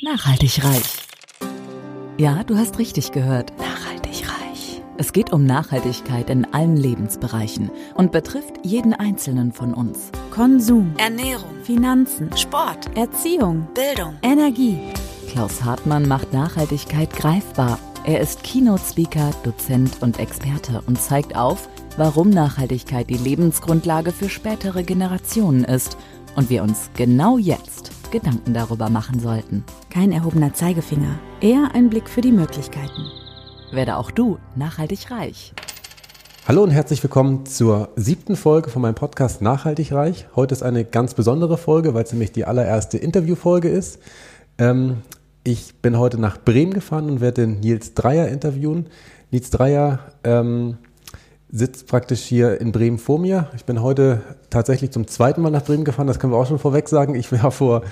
Nachhaltig reich. Ja, du hast richtig gehört. Nachhaltig reich. Es geht um Nachhaltigkeit in allen Lebensbereichen und betrifft jeden Einzelnen von uns. Konsum, Ernährung, Finanzen, Sport, Erziehung, Bildung, Energie. Klaus Hartmann macht Nachhaltigkeit greifbar. Er ist Keynote-Speaker, Dozent und Experte und zeigt auf, warum Nachhaltigkeit die Lebensgrundlage für spätere Generationen ist und wir uns genau jetzt Gedanken darüber machen sollten. Kein erhobener Zeigefinger, eher ein Blick für die Möglichkeiten. Werde auch du nachhaltig reich. Hallo und herzlich willkommen zur 7. Folge von meinem Podcast Nachhaltig reich. Heute ist eine ganz besondere Folge, weil es nämlich die allererste Interviewfolge ist. Ich bin heute nach Bremen gefahren und werde den Nils Dreyer interviewen. Nils Dreyer sitzt praktisch hier in Bremen vor mir. Ich bin heute tatsächlich zum zweiten Mal nach Bremen gefahren, das können wir auch schon vorweg sagen. Ich war vor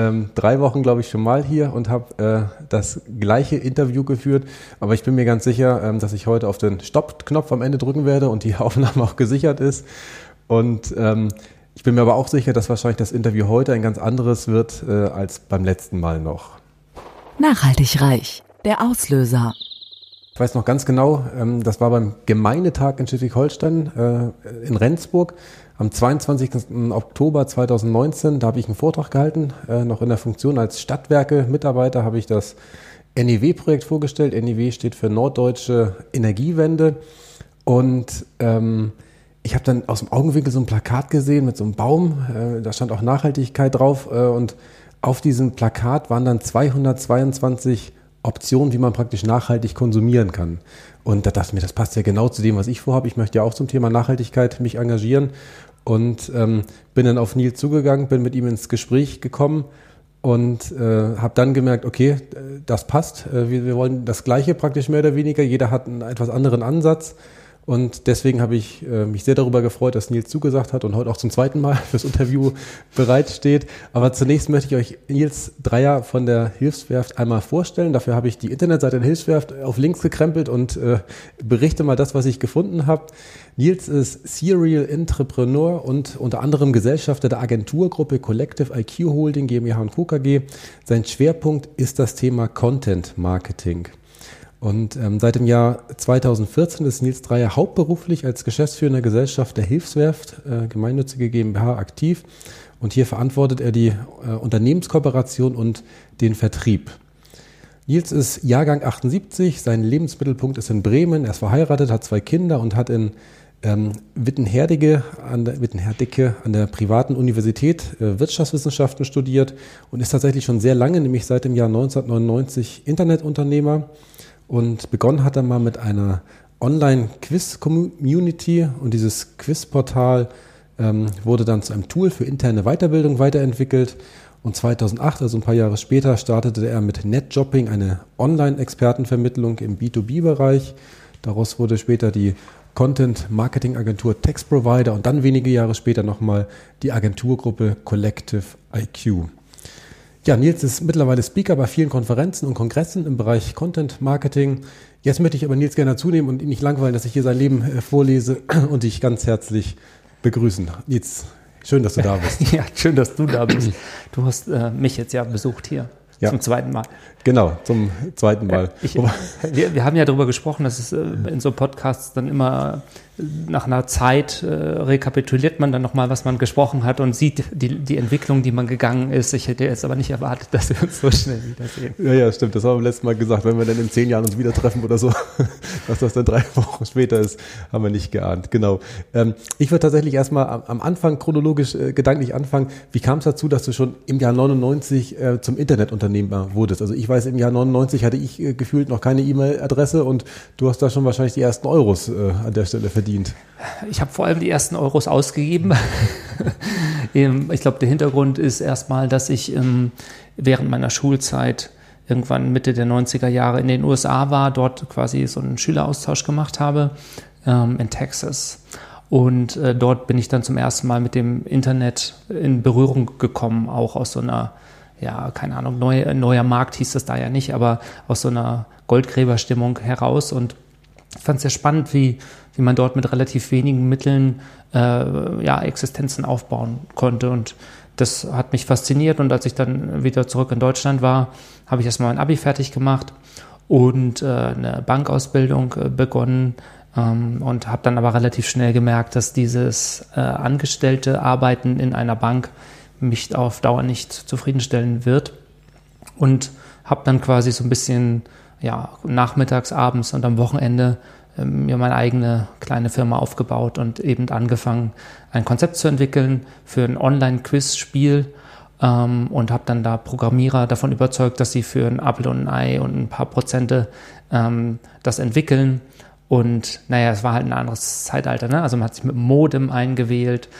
3 Wochen, glaube ich, schon mal hier und habe das gleiche Interview geführt. Aber ich bin mir ganz sicher, dass ich heute auf den Stopp-Knopf am Ende drücken werde und die Aufnahme auch gesichert ist. Und ich bin mir aber auch sicher, dass wahrscheinlich das Interview heute ein ganz anderes wird als beim letzten Mal noch. Nachhaltig reich. Der Auslöser. Ich weiß noch ganz genau, das war beim Gemeindetag in Schleswig-Holstein in Rendsburg am 22. Oktober 2019. Da habe ich einen Vortrag gehalten, noch in der Funktion als Stadtwerke-Mitarbeiter habe ich das NEW-Projekt vorgestellt. NEW steht für Norddeutsche Energiewende und ich habe dann aus dem Augenwinkel so ein Plakat gesehen mit so einem Baum, da stand auch Nachhaltigkeit drauf und auf diesem Plakat waren dann 222 Optionen, wie man praktisch nachhaltig konsumieren kann. Und da dachte ich mir, das passt ja genau zu dem, was ich vorhabe. Ich möchte ja auch zum Thema Nachhaltigkeit mich engagieren und bin dann auf Nils zugegangen, bin mit ihm ins Gespräch gekommen und habe dann gemerkt, okay, das passt. Wir wollen das Gleiche praktisch mehr oder weniger. Jeder hat einen etwas anderen Ansatz. Und deswegen habe ich mich sehr darüber gefreut, dass Nils zugesagt hat und heute auch zum zweiten Mal fürs Interview bereitsteht. Aber zunächst möchte ich euch Nils Dreyer von der Hilfswerft einmal vorstellen. Dafür habe ich die Internetseite der Hilfswerft auf links gekrempelt und berichte mal das, was ich gefunden habe. Nils ist Serial Entrepreneur und unter anderem Gesellschafter der Agenturgruppe Collective IQ Holding GmbH & Co. KG. Sein Schwerpunkt ist das Thema Content Marketing. Und seit dem Jahr 2014 ist Nils Dreyer hauptberuflich als geschäftsführender Gesellschaft der Hilfswerft, gemeinnützige GmbH, aktiv. Und hier verantwortet er die Unternehmenskooperation und den Vertrieb. Nils ist Jahrgang 78, sein Lebensmittelpunkt ist in Bremen. Er ist verheiratet, hat 2 Kinder und hat in Wittenherdecke an der privaten Universität Wirtschaftswissenschaften studiert und ist tatsächlich schon sehr lange, nämlich seit dem Jahr 1999 Internetunternehmer. Und begonnen hat er mal mit einer Online-Quiz-Community und dieses Quizportal wurde dann zu einem Tool für interne Weiterbildung weiterentwickelt. Und 2008, also ein paar Jahre später, startete er mit Netjobbing eine Online-Expertenvermittlung im B2B-Bereich. Daraus wurde später die Content-Marketing-Agentur Text Provider und dann wenige Jahre später nochmal die Agenturgruppe Collective IQ. Ja, Nils ist mittlerweile Speaker bei vielen Konferenzen und Kongressen im Bereich Content Marketing. Jetzt möchte ich aber Nils gerne dazu nehmen und ihn nicht langweilen, dass ich hier sein Leben vorlese und dich ganz herzlich begrüßen. Nils, schön, dass du da bist. Ja, schön, dass du da bist. Du hast mich jetzt ja besucht hier. Ja. Zum zweiten Mal. Genau, zum zweiten Mal. Wir haben ja darüber gesprochen, dass es in so Podcasts dann immer nach einer Zeit rekapituliert man dann nochmal, was man gesprochen hat und sieht die Entwicklung, die man gegangen ist. Ich hätte jetzt aber nicht erwartet, dass wir uns so schnell wiedersehen. Ja, stimmt. Das haben wir beim letzten Mal gesagt. Wenn wir dann in 10 Jahren uns wieder treffen oder so, dass das dann 3 Wochen später ist, haben wir nicht geahnt. Genau. Ich würde tatsächlich erstmal am Anfang chronologisch gedanklich anfangen. Wie kam es dazu, dass du schon im Jahr 99 zum Internetunternehmer wurdest? Also ich weiß, im Jahr 99 hatte ich gefühlt noch keine E-Mail-Adresse und du hast da schon wahrscheinlich die ersten Euros an der Stelle verdient. Ich habe vor allem die ersten Euros ausgegeben. Ich glaube, der Hintergrund ist erstmal, dass ich während meiner Schulzeit irgendwann Mitte der 90er Jahre in den USA war, dort quasi so einen Schüleraustausch gemacht habe in Texas. Und dort bin ich dann zum ersten Mal mit dem Internet in Berührung gekommen, auch aus so einer, ja, keine Ahnung, neuer Markt hieß das da ja nicht, aber aus so einer Goldgräberstimmung heraus und ich fand es sehr spannend, wie man dort mit relativ wenigen Mitteln Existenzen aufbauen konnte. Und das hat mich fasziniert und als ich dann wieder zurück in Deutschland war, habe ich erstmal mein Abi fertig gemacht und eine Bankausbildung begonnen und habe dann aber relativ schnell gemerkt, dass dieses angestellte Arbeiten in einer Bank mich auf Dauer nicht zufriedenstellen wird und habe dann quasi so ein bisschen nachmittags, abends und am Wochenende mir meine eigene kleine Firma aufgebaut und eben angefangen, ein Konzept zu entwickeln für ein Online-Quiz-Spiel und habe dann da Programmierer davon überzeugt, dass sie für ein Apfel und ein Ei und ein paar Prozente das entwickeln. Und es war halt ein anderes Zeitalter, ne? Also man hat sich mit dem Modem eingewählt,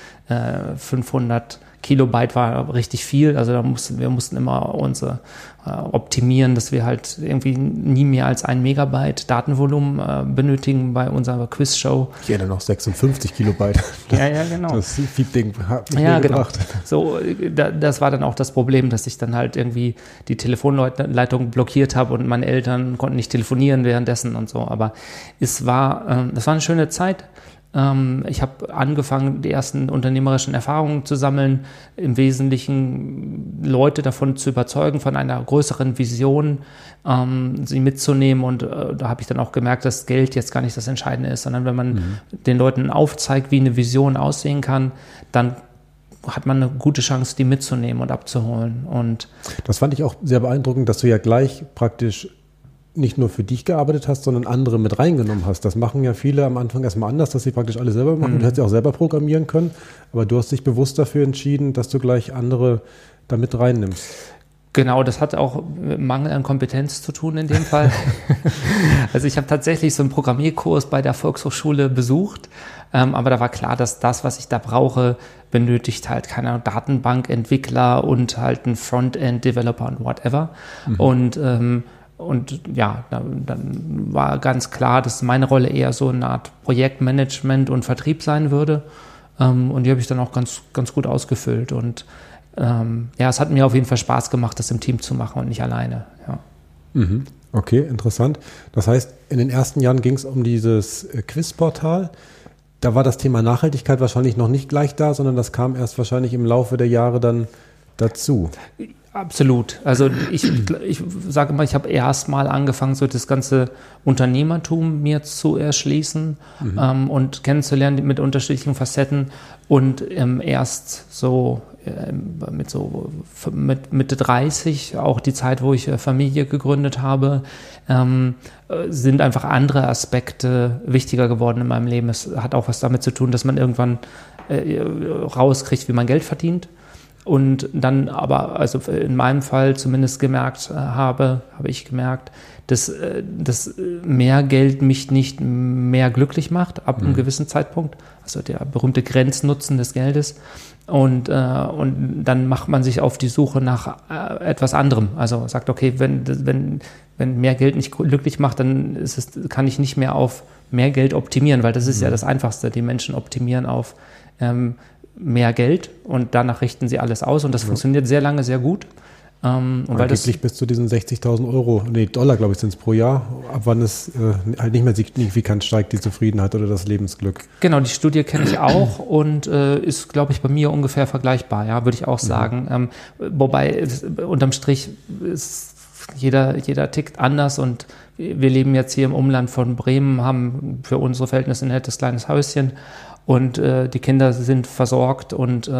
500 Kilobyte war richtig viel, also wir mussten immer unsere optimieren, dass wir halt irgendwie nie mehr als 1 Megabyte Datenvolumen benötigen bei unserer Quizshow. Ich erinnere noch 56 Kilobyte. Ja, genau. Das Feed-Ding hat mich gebracht. Genau. So, das war dann auch das Problem, dass ich dann halt irgendwie die Telefonleitung blockiert habe und meine Eltern konnten nicht telefonieren währenddessen und so. Aber das war eine schöne Zeit. Ich habe angefangen, die ersten unternehmerischen Erfahrungen zu sammeln, im Wesentlichen Leute davon zu überzeugen, von einer größeren Vision, sie mitzunehmen und da habe ich dann auch gemerkt, dass Geld jetzt gar nicht das Entscheidende ist, sondern wenn man den Leuten aufzeigt, wie eine Vision aussehen kann, dann hat man eine gute Chance, die mitzunehmen und abzuholen. Und das fand ich auch sehr beeindruckend, dass du ja gleich praktisch nicht nur für dich gearbeitet hast, sondern andere mit reingenommen hast. Das machen ja viele am Anfang erstmal anders, dass sie praktisch alles selber machen. Du hättest ja auch selber programmieren können, aber du hast dich bewusst dafür entschieden, dass du gleich andere da mit reinnimmst. Genau, das hat auch mit Mangel an Kompetenz zu tun in dem Fall. Also ich habe tatsächlich so einen Programmierkurs bei der Volkshochschule besucht, aber da war klar, dass das, was ich da brauche, benötigt halt keine Datenbankentwickler und halt einen Frontend-Developer und whatever. Und dann war ganz klar, dass meine Rolle eher so eine Art Projektmanagement und Vertrieb sein würde. Und die habe ich dann auch ganz, ganz gut ausgefüllt. Und es hat mir auf jeden Fall Spaß gemacht, das im Team zu machen und nicht alleine. Ja. Okay, interessant. Das heißt, in den ersten Jahren ging es um dieses Quizportal. Da war das Thema Nachhaltigkeit wahrscheinlich noch nicht gleich da, sondern das kam erst wahrscheinlich im Laufe der Jahre dann dazu. Absolut. Also ich sage mal, ich habe erst mal angefangen, so das ganze Unternehmertum mir zu erschließen und kennenzulernen mit unterschiedlichen Facetten und erst so mit Mitte 30, auch die Zeit, wo ich Familie gegründet habe, sind einfach andere Aspekte wichtiger geworden in meinem Leben. Es hat auch was damit zu tun, dass man irgendwann rauskriegt, wie man Geld verdient. Und dann aber, also in meinem Fall zumindest habe ich gemerkt, dass mehr Geld mich nicht mehr glücklich macht ab einem gewissen Zeitpunkt. Also der berühmte Grenznutzen des Geldes. Und dann macht man sich auf die Suche nach etwas anderem. Also sagt, okay, wenn mehr Geld nicht glücklich macht, dann kann ich nicht mehr auf mehr Geld optimieren, weil das ist ja das Einfachste. Die Menschen optimieren auf mehr Geld und danach richten sie alles aus und das funktioniert sehr lange sehr gut. Und weil angeblich bis zu diesen 60.000 Dollar, glaube ich, sind es pro Jahr, ab wann es halt nicht mehr signifikant steigt, die Zufriedenheit oder das Lebensglück. Genau, die Studie kenne ich auch und ist, glaube ich, bei mir ungefähr vergleichbar, ja, würde ich auch sagen. Wobei unterm Strich ist jeder tickt anders und wir leben jetzt hier im Umland von Bremen, haben für unsere Verhältnisse ein nettes kleines Häuschen und die Kinder sind versorgt und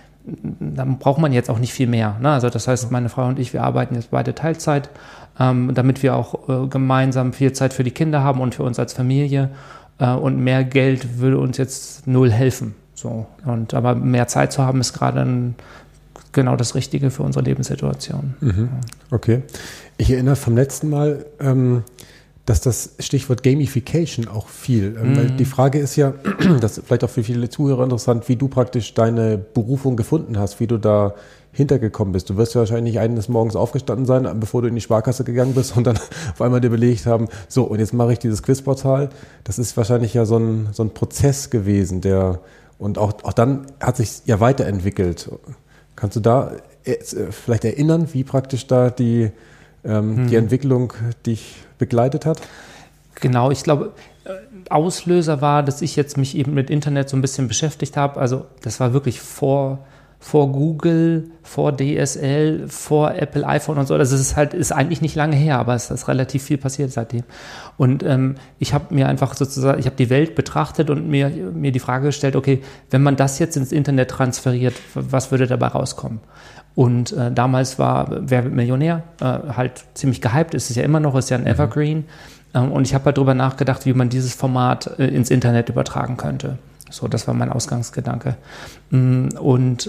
dann braucht man jetzt auch nicht viel mehr. Ne? Also das heißt, meine Frau und ich, wir arbeiten jetzt beide Teilzeit, damit wir auch gemeinsam viel Zeit für die Kinder haben und für uns als Familie. Und mehr Geld würde uns jetzt null helfen. So. Aber mehr Zeit zu haben, ist gerade genau das Richtige für unsere Lebenssituation. Okay. Ich erinnere vom letzten Mal, dass das Stichwort Gamification auch viel. Weil die Frage ist ja, das ist vielleicht auch für viele Zuhörer interessant, wie du praktisch deine Berufung gefunden hast, wie du da hintergekommen bist. Du wirst ja wahrscheinlich nicht eines Morgens aufgestanden sein, bevor du in die Sparkasse gegangen bist und dann auf einmal dir überlegt haben, so, und jetzt mache ich dieses Quizportal. Das ist wahrscheinlich ja so ein Prozess gewesen, und auch dann hat sich ja weiterentwickelt. Kannst du da vielleicht erinnern, wie praktisch da die Entwicklung dich begleitet hat? Genau, ich glaube, Auslöser war, dass ich jetzt mich eben mit Internet so ein bisschen beschäftigt habe. Also das war wirklich vor vor Google, vor DSL, vor Apple iPhone und so. Das ist eigentlich nicht lange her, aber es ist relativ viel passiert seitdem. Und ich habe mir einfach sozusagen, ich habe die Welt betrachtet und mir die Frage gestellt, okay, wenn man das jetzt ins Internet transferiert, was würde dabei rauskommen? Und damals war Wer wird Millionär halt ziemlich gehypt, ist es ja immer noch, ist ja ein Evergreen. Und ich habe halt darüber nachgedacht, wie man dieses Format ins Internet übertragen könnte. So, das war mein Ausgangsgedanke. Und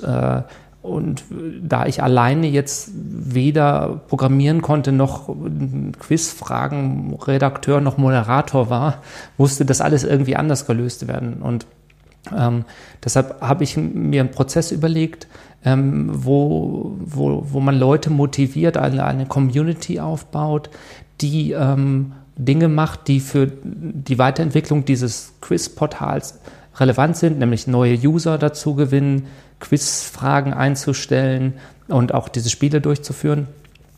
da ich alleine jetzt weder programmieren konnte, noch Quizfragen-Redakteur, noch Moderator war, musste das alles irgendwie anders gelöst werden. Und deshalb habe ich mir einen Prozess überlegt, wo man Leute motiviert, eine Community aufbaut, die Dinge macht, die für die Weiterentwicklung dieses Quizportals relevant sind, nämlich neue User dazu gewinnen, Quizfragen einzustellen und auch diese Spiele durchzuführen.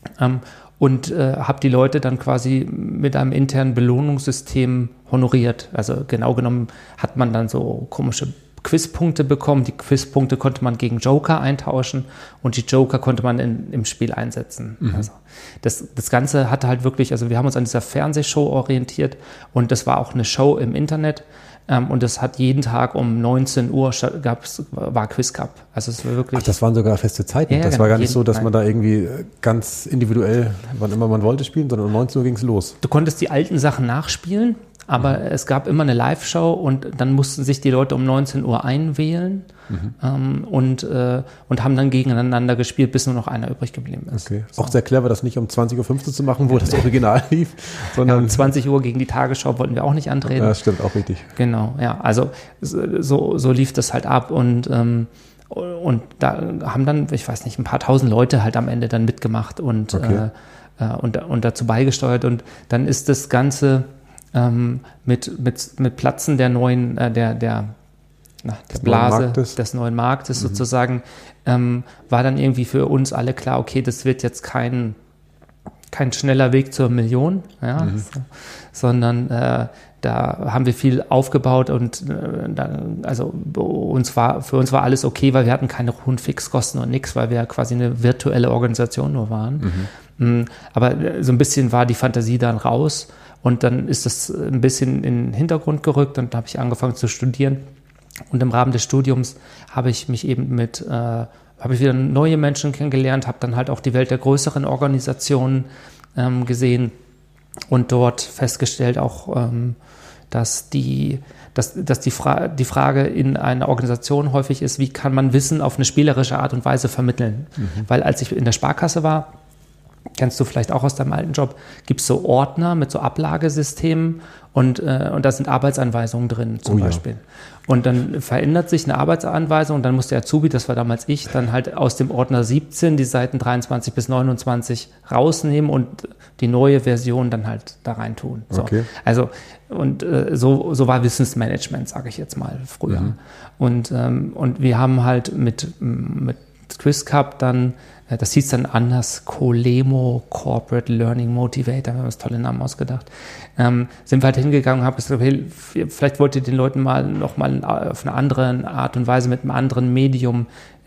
Und habe die Leute dann quasi mit einem internen Belohnungssystem honoriert. Also genau genommen hat man dann so komische Quizpunkte bekommen. Die Quizpunkte konnte man gegen Joker eintauschen und die Joker konnte man im Spiel einsetzen. Also das Ganze hatte halt wirklich, also wir haben uns an dieser Fernsehshow orientiert und das war auch eine Show im Internet. Und es hat jeden Tag um 19 Uhr war Quiz Cup. Also es war wirklich. Ach, das waren sogar feste Zeiten. Ja, das genau, war gar nicht so, dass man da irgendwie ganz individuell, wann immer man wollte, spielen, sondern um 19 Uhr ging es los. Du konntest die alten Sachen nachspielen, aber es gab immer eine Live-Show und dann mussten sich die Leute um 19 Uhr einwählen und haben dann gegeneinander gespielt, bis nur noch einer übrig geblieben ist. Okay. So. Auch sehr clever, das nicht um 20.15 Uhr zu machen, wo das Original lief, sondern um 20 Uhr gegen die Tagesschau wollten wir auch nicht antreten. Ja, stimmt, auch richtig. Genau, ja, also so lief das halt ab und da haben dann, ich weiß nicht, ein paar tausend Leute halt am Ende dann mitgemacht und dazu beigesteuert und dann ist das Ganze mit Platzen der neuen, der Blase des neuen Marktes sozusagen, war dann irgendwie für uns alle klar, okay, das wird jetzt kein schneller Weg zur Million, ja, sondern da haben wir viel aufgebaut und für uns war alles okay, weil wir hatten keine hohen Fixkosten und nichts, weil wir quasi eine virtuelle Organisation nur waren. Aber so ein bisschen war die Fantasie dann raus und dann ist das ein bisschen in den Hintergrund gerückt und da habe ich angefangen zu studieren. Und im Rahmen des Studiums habe ich mich eben habe ich wieder neue Menschen kennengelernt, habe dann halt auch die Welt der größeren Organisationen gesehen und dort festgestellt auch, dass die Frage in einer Organisation häufig ist, wie kann man Wissen auf eine spielerische Art und Weise vermitteln? Weil als ich in der Sparkasse war, kennst du vielleicht auch aus deinem alten Job, gibt es so Ordner mit so Ablagesystemen und da sind Arbeitsanweisungen drin zum Beispiel. Ja. Und dann verändert sich eine Arbeitsanweisung und dann muss der Azubi, das war damals ich, dann halt aus dem Ordner 17 die Seiten 23 bis 29 rausnehmen und die neue Version dann halt da rein tun. So. Okay. Also und so war Wissensmanagement, sage ich jetzt mal früher. Und wir haben halt mit Quiz Cup dann, das hieß dann anders, Colemo Corporate Learning Motivator, da haben wir uns tolle Namen ausgedacht, sind wir halt hingegangen und haben gesagt, hey, vielleicht wollt ihr den Leuten nochmal auf eine andere Art und Weise mit einem anderen Medium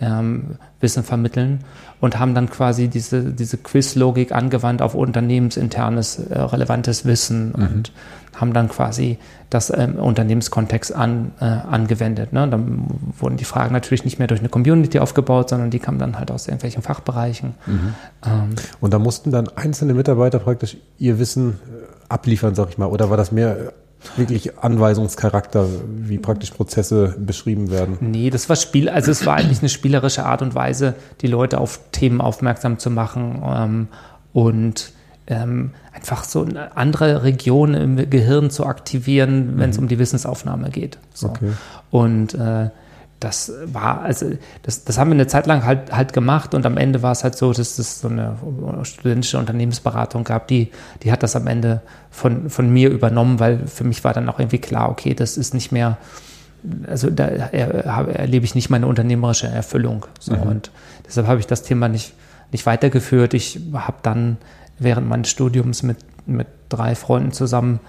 Wissen vermitteln und haben dann quasi diese Quiz-Logik angewandt auf unternehmensinternes relevantes Wissen und haben dann quasi das im Unternehmenskontext angewendet. Ne? Dann wurden die Fragen natürlich nicht mehr durch eine Community aufgebaut, sondern die kamen dann halt aus irgendwelchen Fachbereichen. Und da mussten dann einzelne Mitarbeiter praktisch ihr Wissen abliefern, sag ich mal, oder war das mehr wirklich Anweisungscharakter, wie praktisch Prozesse beschrieben werden? Nee, das war es war eigentlich eine spielerische Art und Weise, die Leute auf Themen aufmerksam zu machen und einfach so eine andere Region im Gehirn zu aktivieren, wenn es um die Wissensaufnahme geht. So. Okay. Und das war, das haben wir eine Zeit lang halt gemacht und am Ende war es halt so, dass es so eine studentische Unternehmensberatung gab, die hat das am Ende von mir übernommen, weil für mich war dann auch irgendwie klar, okay, das ist nicht mehr, also da erlebe ich nicht meine unternehmerische Erfüllung. So. Und deshalb habe ich das Thema nicht weitergeführt. Ich habe dann während meines Studiums mit 3 Freunden zusammen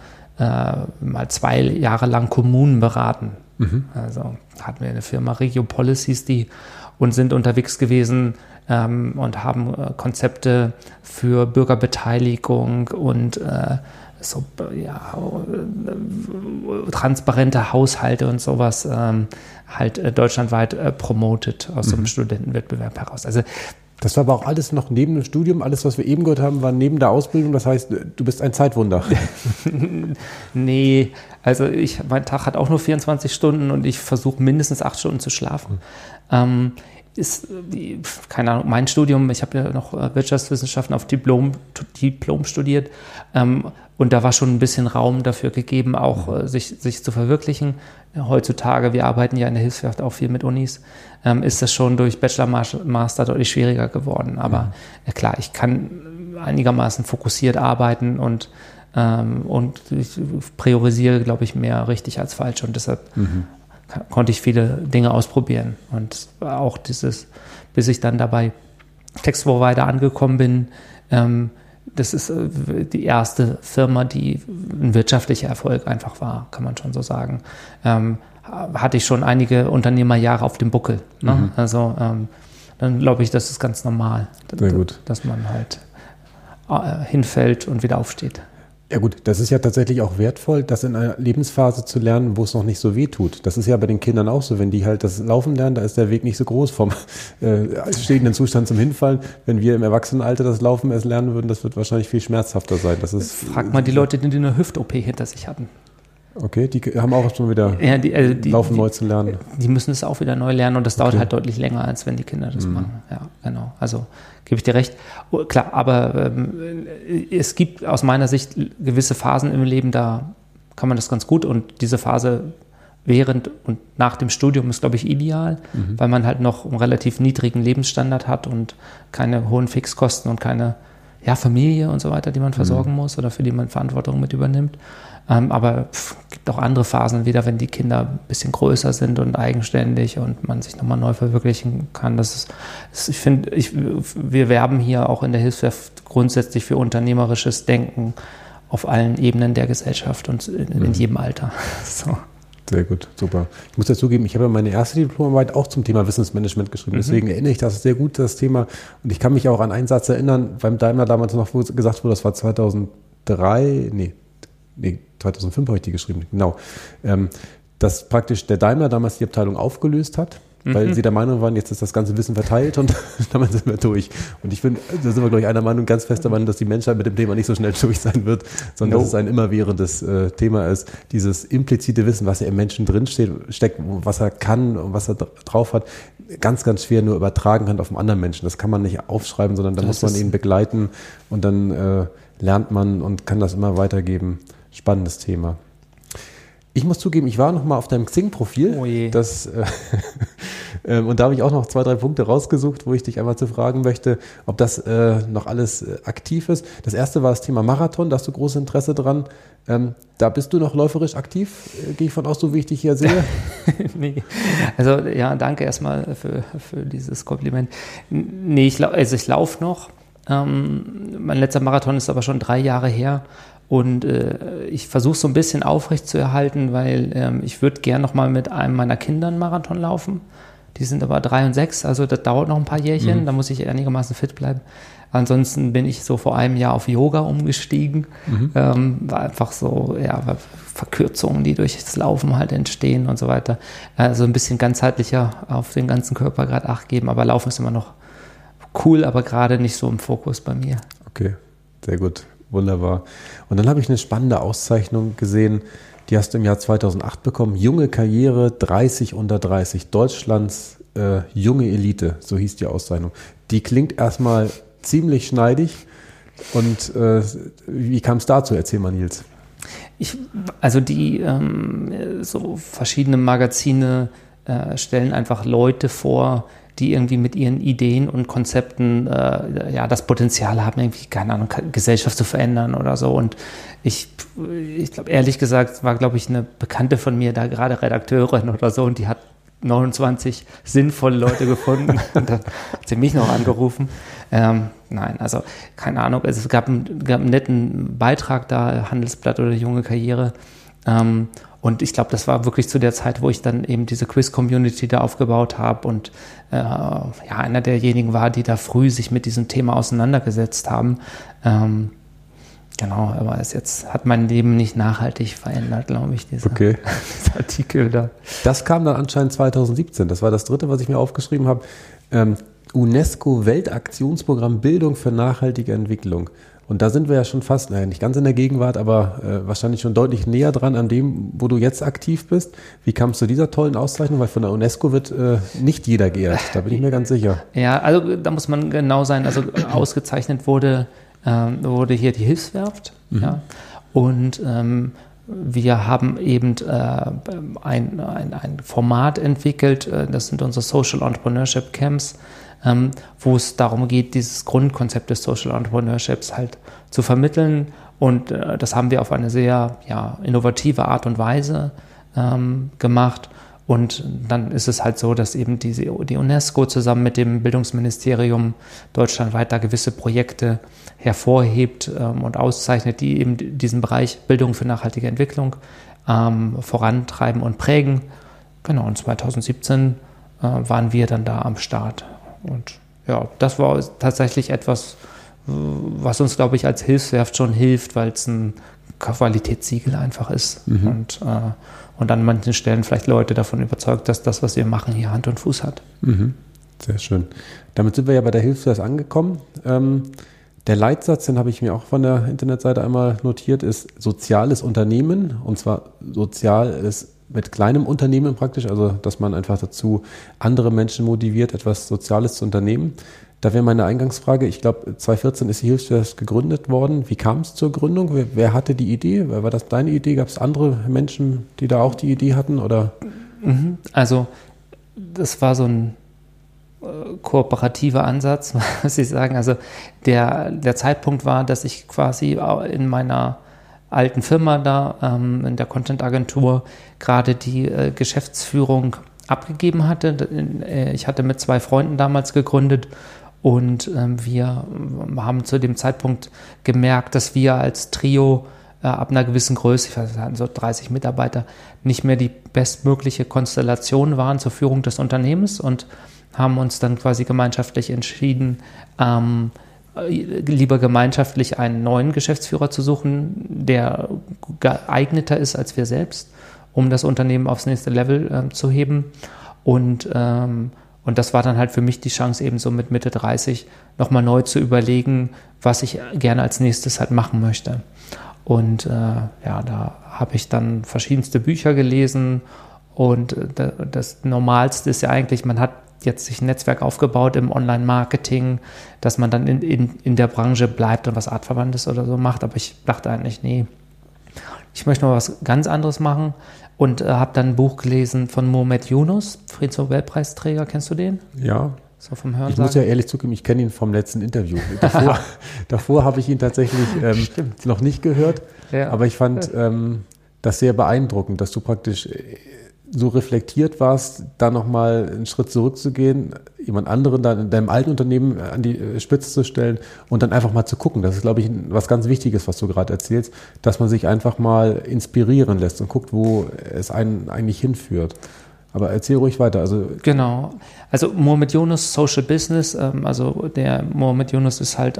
mal 2 Jahre lang Kommunen beraten. Also hatten wir eine Firma, Regio Policies, und sind unterwegs gewesen und haben Konzepte für Bürgerbeteiligung und transparente Haushalte und sowas halt deutschlandweit promotet aus so einem Studentenwettbewerb heraus. Also das war aber auch alles noch neben dem Studium. Alles, was wir eben gehört haben, war neben der Ausbildung. Das heißt, du bist ein Zeitwunder. Nee, also mein Tag hat auch nur 24 Stunden und ich versuche mindestens 8 Stunden zu schlafen. Keine Ahnung, mein Studium, ich habe ja noch Wirtschaftswissenschaften auf Diplom studiert und da war schon ein bisschen Raum dafür gegeben, auch sich zu verwirklichen. Heutzutage, wir arbeiten ja in der Hilfswerft auch viel mit Unis, ist das schon durch Bachelor, Master deutlich schwieriger geworden. Aber klar, ich kann einigermaßen fokussiert arbeiten und ich priorisiere, glaube ich, mehr richtig als falsch und deshalb konnte ich viele Dinge ausprobieren und auch bis ich dann dabei Textprovider angekommen bin, das ist die erste Firma, die ein wirtschaftlicher Erfolg einfach war, kann man schon so sagen. Hatte ich schon einige Unternehmerjahre auf dem Buckel. Ne? Also dann glaube ich, das ist ganz normal, dass man halt hinfällt und wieder aufsteht. Ja gut, das ist ja tatsächlich auch wertvoll, das in einer Lebensphase zu lernen, wo es noch nicht so weh tut. Das ist ja bei den Kindern auch so, wenn die halt das Laufen lernen, da ist der Weg nicht so groß vom stehenden Zustand zum Hinfallen. Wenn wir im Erwachsenenalter das Laufen erst lernen würden, das wird wahrscheinlich viel schmerzhafter sein. Frag mal die Leute, die eine Hüft-OP hinter sich hatten. Okay, die haben auch schon wieder Laufen neu zu lernen. Die müssen es auch wieder neu lernen und das dauert halt deutlich länger, als wenn die Kinder das machen. Ja, genau. Also gebe ich dir recht. Klar, aber es gibt aus meiner Sicht gewisse Phasen im Leben, da kann man das ganz gut und diese Phase während und nach dem Studium ist, glaube ich, ideal, weil man halt noch einen relativ niedrigen Lebensstandard hat und keine hohen Fixkosten und keine Familie und so weiter, die man versorgen muss oder für die man Verantwortung mit übernimmt. Aber es gibt auch andere Phasen wieder, wenn die Kinder ein bisschen größer sind und eigenständig und man sich nochmal neu verwirklichen kann. Wir werben hier auch in der Hilfswerft grundsätzlich für unternehmerisches Denken auf allen Ebenen der Gesellschaft und in jedem Alter. So. Sehr gut, super. Ich muss dazugeben, ich habe meine erste Diplomarbeit auch zum Thema Wissensmanagement geschrieben. Deswegen erinnere ich das sehr gut, das Thema. Und ich kann mich auch an einen Satz erinnern, beim Daimler damals noch, wo gesagt wurde, das war 2005 habe ich die geschrieben, genau. Dass praktisch der Daimler damals die Abteilung aufgelöst hat, weil sie der Meinung waren, jetzt ist das ganze Wissen verteilt und damit sind wir durch. Und ich finde, da sind wir, glaube ich, einer Meinung, ganz fester Meinung, dass die Menschheit mit dem Thema nicht so schnell durch sein wird, sondern dass es ein immerwährendes Thema ist. Dieses implizite Wissen, was ja im Menschen steckt, was er kann und was er drauf hat, ganz, ganz schwer nur übertragen kann auf einen anderen Menschen. Das kann man nicht aufschreiben, sondern da muss man ihn begleiten und dann lernt man und kann das immer weitergeben. Spannendes Thema. Ich muss zugeben, ich war noch mal auf deinem Xing-Profil. Oh je. Und da habe ich auch noch 2, 3 Punkte rausgesucht, wo ich dich einmal zu fragen möchte, ob das noch alles aktiv ist. Das erste war das Thema Marathon, da hast du großes Interesse dran. Da bist du noch läuferisch aktiv, gehe ich von aus, so wie ich dich hier sehe? Nee, also ja, danke erstmal für dieses Kompliment. Nee, ich laufe noch. Mein letzter Marathon ist aber schon 3 Jahre her. Und ich versuche es so ein bisschen aufrecht zu erhalten, weil ich würde gern noch mal mit einem meiner Kinder einen Marathon laufen. Die sind aber 3 und 6, also das dauert noch ein paar Jährchen, da muss ich einigermaßen fit bleiben. Ansonsten bin ich so vor einem Jahr auf Yoga umgestiegen. War einfach so, Verkürzungen, die durch das Laufen halt entstehen und so weiter. Also ein bisschen ganzheitlicher auf den ganzen Körper gerade Acht geben, aber Laufen ist immer noch cool, aber gerade nicht so im Fokus bei mir. Okay, sehr gut. Wunderbar. Und dann habe ich eine spannende Auszeichnung gesehen, die hast du im Jahr 2008 bekommen. Junge Karriere 30 unter 30, Deutschlands junge Elite, so hieß die Auszeichnung. Die klingt erstmal ziemlich schneidig. Und wie kam es dazu? Erzähl mal, Nils. So verschiedene Magazine stellen einfach Leute vor, die irgendwie mit ihren Ideen und Konzepten das Potenzial haben, irgendwie, keine Ahnung, Gesellschaft zu verändern oder so. Und ich glaube, ehrlich gesagt, war, glaube ich, eine Bekannte von mir da gerade Redakteurin oder so und die hat 29 sinnvolle Leute gefunden und dann hat sie mich noch angerufen. Nein, also keine Ahnung, es gab einen netten Beitrag da, Handelsblatt oder Junge Karriere, Und ich glaube, das war wirklich zu der Zeit, wo ich dann eben diese Quiz-Community da aufgebaut habe und einer derjenigen war, die da früh sich mit diesem Thema auseinandergesetzt haben. Genau, aber jetzt hat mein Leben nicht nachhaltig verändert, glaube ich, dieser Artikel da. Das kam dann anscheinend 2017. Das war das dritte, was ich mir aufgeschrieben habe. UNESCO-Weltaktionsprogramm Bildung für nachhaltige Entwicklung. Und da sind wir ja schon fast, nicht ganz in der Gegenwart, aber wahrscheinlich schon deutlich näher dran an dem, wo du jetzt aktiv bist. Wie kam es zu dieser tollen Auszeichnung? Weil von der UNESCO wird nicht jeder geehrt, da bin ich mir ganz sicher. Ja, also da muss man genau sein. Also ausgezeichnet wurde hier die Hilfswerft. Mhm. Ja. Und wir haben eben ein Format entwickelt, das sind unsere Social Entrepreneurship Camps, wo es darum geht, dieses Grundkonzept des Social Entrepreneurships halt zu vermitteln. Und das haben wir auf eine sehr innovative Art und Weise gemacht. Und dann ist es halt so, dass eben die UNESCO zusammen mit dem Bildungsministerium deutschlandweit da gewisse Projekte hervorhebt und auszeichnet, die eben diesen Bereich Bildung für nachhaltige Entwicklung vorantreiben und prägen. Genau, und 2017 waren wir dann da am Start. Und ja, das war tatsächlich etwas, was uns, glaube ich, als Hilfswerft schon hilft, weil es ein Qualitätssiegel einfach ist. Mhm. Und an manchen Stellen vielleicht Leute davon überzeugt, dass das, was wir machen, hier Hand und Fuß hat. Mhm. Sehr schön. Damit sind wir ja bei der Hilfswerft angekommen. Der Leitsatz, den habe ich mir auch von der Internetseite einmal notiert, ist soziales Unternehmen. Und zwar sozial ist mit kleinem Unternehmen praktisch, also dass man einfach dazu andere Menschen motiviert, etwas Soziales zu unternehmen. Da wäre meine Eingangsfrage, ich glaube 2014 ist die Hilfswerft gegründet worden. Wie kam es zur Gründung? Wer hatte die Idee? War das deine Idee? Gab es andere Menschen, die da auch die Idee hatten? Oder? Also das war so ein kooperativer Ansatz, muss ich sagen. Also der Zeitpunkt war, dass ich quasi in meiner alten Firma da, in der Content-Agentur, gerade die Geschäftsführung abgegeben hatte. Ich hatte mit 2 Freunden damals gegründet und wir haben zu dem Zeitpunkt gemerkt, dass wir als Trio ab einer gewissen Größe, ich weiß, wir hatten so 30 Mitarbeiter, nicht mehr die bestmögliche Konstellation waren zur Führung des Unternehmens und haben uns dann quasi gemeinschaftlich entschieden, lieber gemeinschaftlich einen neuen Geschäftsführer zu suchen, der geeigneter ist als wir selbst, um das Unternehmen aufs nächste Level zu heben. Und das war dann halt für mich die Chance, eben so mit Mitte 30 nochmal neu zu überlegen, was ich gerne als nächstes halt machen möchte. Und da habe ich dann verschiedenste Bücher gelesen und das Normalste ist ja eigentlich, man hat jetzt sich ein Netzwerk aufgebaut im Online-Marketing, dass man dann in der Branche bleibt und was Artverwandtes oder so macht. Aber ich dachte eigentlich, nee, ich möchte mal was ganz anderes machen und habe dann ein Buch gelesen von Muhammad Yunus, Friedensnobelpreisträger. Kennst du den? Ja. So vom Hören ich muss ja ehrlich zugeben, ich kenne ihn vom letzten Interview. Davor habe ich ihn tatsächlich noch nicht gehört, aber ich fand das sehr beeindruckend, dass du praktisch so reflektiert warst, da nochmal einen Schritt zurückzugehen, jemand anderen dann in deinem alten Unternehmen an die Spitze zu stellen und dann einfach mal zu gucken. Das ist, glaube ich, was ganz Wichtiges, was du gerade erzählst, dass man sich einfach mal inspirieren lässt und guckt, wo es einen eigentlich hinführt. Aber erzähl ruhig weiter. Genau. Also Muhammad Yunus, Social Business, der Muhammad Yunus ist halt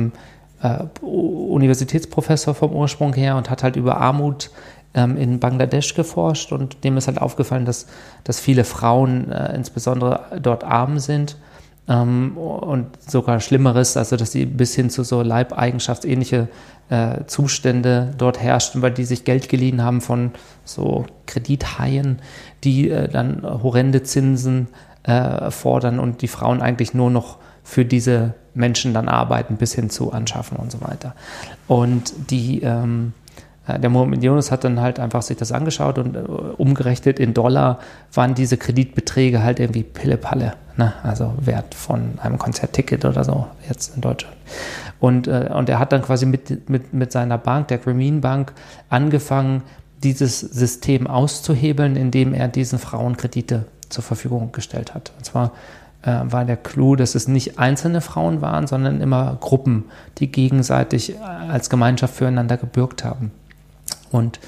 Universitätsprofessor vom Ursprung her und hat halt über Armut in Bangladesch geforscht und dem ist halt aufgefallen, dass viele Frauen insbesondere dort arm sind und sogar Schlimmeres, also dass sie bis hin zu so leibeigenschaftsähnliche Zustände dort herrschten, weil die sich Geld geliehen haben von so Kredithaien, die dann horrende Zinsen fordern und die Frauen eigentlich nur noch für diese Menschen dann arbeiten, bis hin zu anschaffen und so weiter. Und der Muhammad Yunus hat dann halt einfach sich das angeschaut und umgerechnet in Dollar waren diese Kreditbeträge halt irgendwie Pille-Palle, ne? Also Wert von einem Konzertticket oder so jetzt in Deutschland. Und er hat dann quasi mit seiner Bank, der Grameen Bank, angefangen, dieses System auszuhebeln, indem er diesen Frauen Kredite zur Verfügung gestellt hat. Und zwar war der Clou, dass es nicht einzelne Frauen waren, sondern immer Gruppen, die gegenseitig als Gemeinschaft füreinander gebürgt haben. Und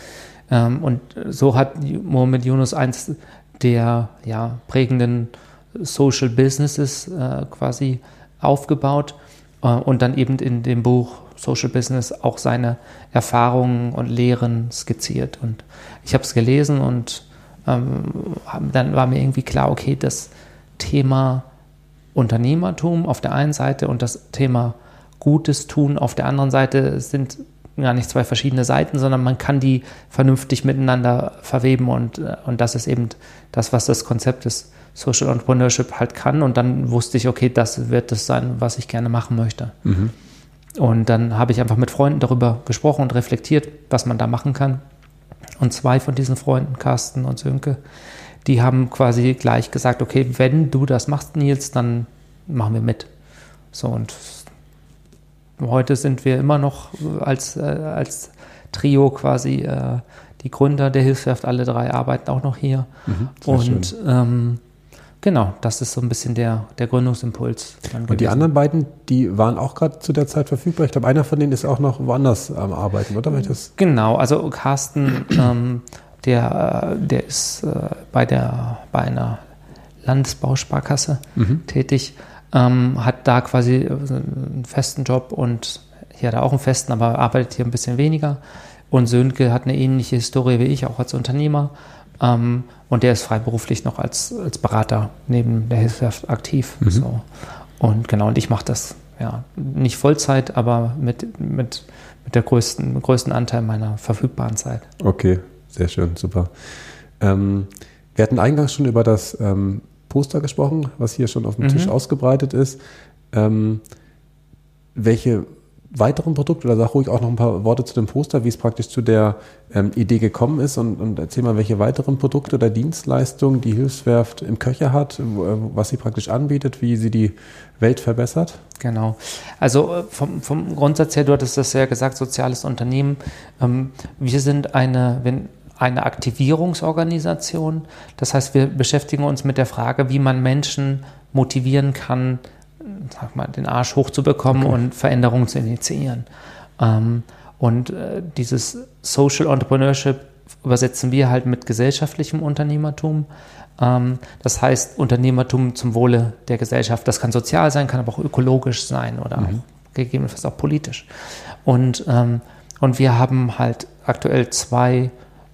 Und so hat Muhammad Yunus eins der prägenden Social Businesses quasi aufgebaut und dann eben in dem Buch Social Business auch seine Erfahrungen und Lehren skizziert. Und ich habe es gelesen und dann war mir irgendwie klar, okay, das Thema Unternehmertum auf der einen Seite und das Thema Gutes tun auf der anderen Seite sind gar nicht zwei verschiedene Seiten, sondern man kann die vernünftig miteinander verweben und das ist eben das, was das Konzept des Social Entrepreneurship halt kann. Und dann wusste ich, okay, das wird das sein, was ich gerne machen möchte. Mhm. Und dann habe ich einfach mit Freunden darüber gesprochen und reflektiert, was man da machen kann. Und 2 von diesen Freunden, Carsten und Sönke, die haben quasi gleich gesagt, okay, wenn du das machst, Nils, dann machen wir mit. So, und heute sind wir immer noch als Trio quasi die Gründer der Hilfswerft, alle 3 arbeiten auch noch hier. Und genau, das ist so ein bisschen der Gründungsimpuls. Und die anderen beiden, die waren auch gerade zu der Zeit verfügber. Ich glaube, einer von denen ist auch noch woanders am Arbeiten, oder? Genau, also Carsten, der ist bei einer Landesbausparkasse tätig, hat da quasi einen festen Job und hier hat er auch einen festen, aber arbeitet hier ein bisschen weniger. Und Sönke hat eine ähnliche Historie wie ich, auch als Unternehmer. Und der ist freiberuflich noch als Berater neben der Hilfswerft aktiv. So. Und genau, und ich mache das nicht Vollzeit, aber mit der größten Anteil meiner verfügbaren Zeit. Okay, sehr schön, super. Wir hatten eingangs schon über das Poster gesprochen, was hier schon auf dem Tisch ausgebreitet ist. Welche weiteren Produkte, oder sag ruhig auch noch ein paar Worte zu dem Poster, wie es praktisch zu der Idee gekommen ist und erzähl mal, welche weiteren Produkte oder Dienstleistungen die Hilfswerft im Köcher hat, was sie praktisch anbietet, wie sie die Welt verbessert. Genau. Also vom Grundsatz her, du hattest das ja gesagt, soziales Unternehmen. Wir sind eine Aktivierungsorganisation. Das heißt, wir beschäftigen uns mit der Frage, wie man Menschen motivieren kann, sag mal, den Arsch hochzubekommen und Veränderungen zu initiieren. Und dieses Social Entrepreneurship übersetzen wir halt mit gesellschaftlichem Unternehmertum. Das heißt, Unternehmertum zum Wohle der Gesellschaft. Das kann sozial sein, kann aber auch ökologisch sein oder auch gegebenenfalls auch politisch. Und wir haben halt aktuell zwei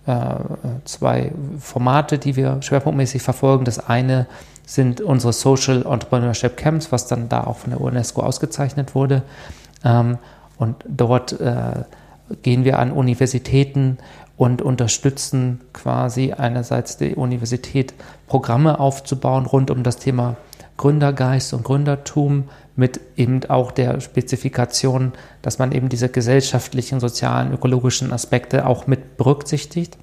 Formate, die wir schwerpunktmäßig verfolgen. Das eine sind unsere Social Entrepreneurship Camps, was dann da auch von der UNESCO ausgezeichnet wurde. Und dort gehen wir an Universitäten und unterstützen quasi einerseits die Universität, Programme aufzubauen rund um das Thema Gründergeist und Gründertum mit eben auch der Spezifikation, dass man eben diese gesellschaftlichen, sozialen, ökologischen Aspekte auch mit berücksichtigt.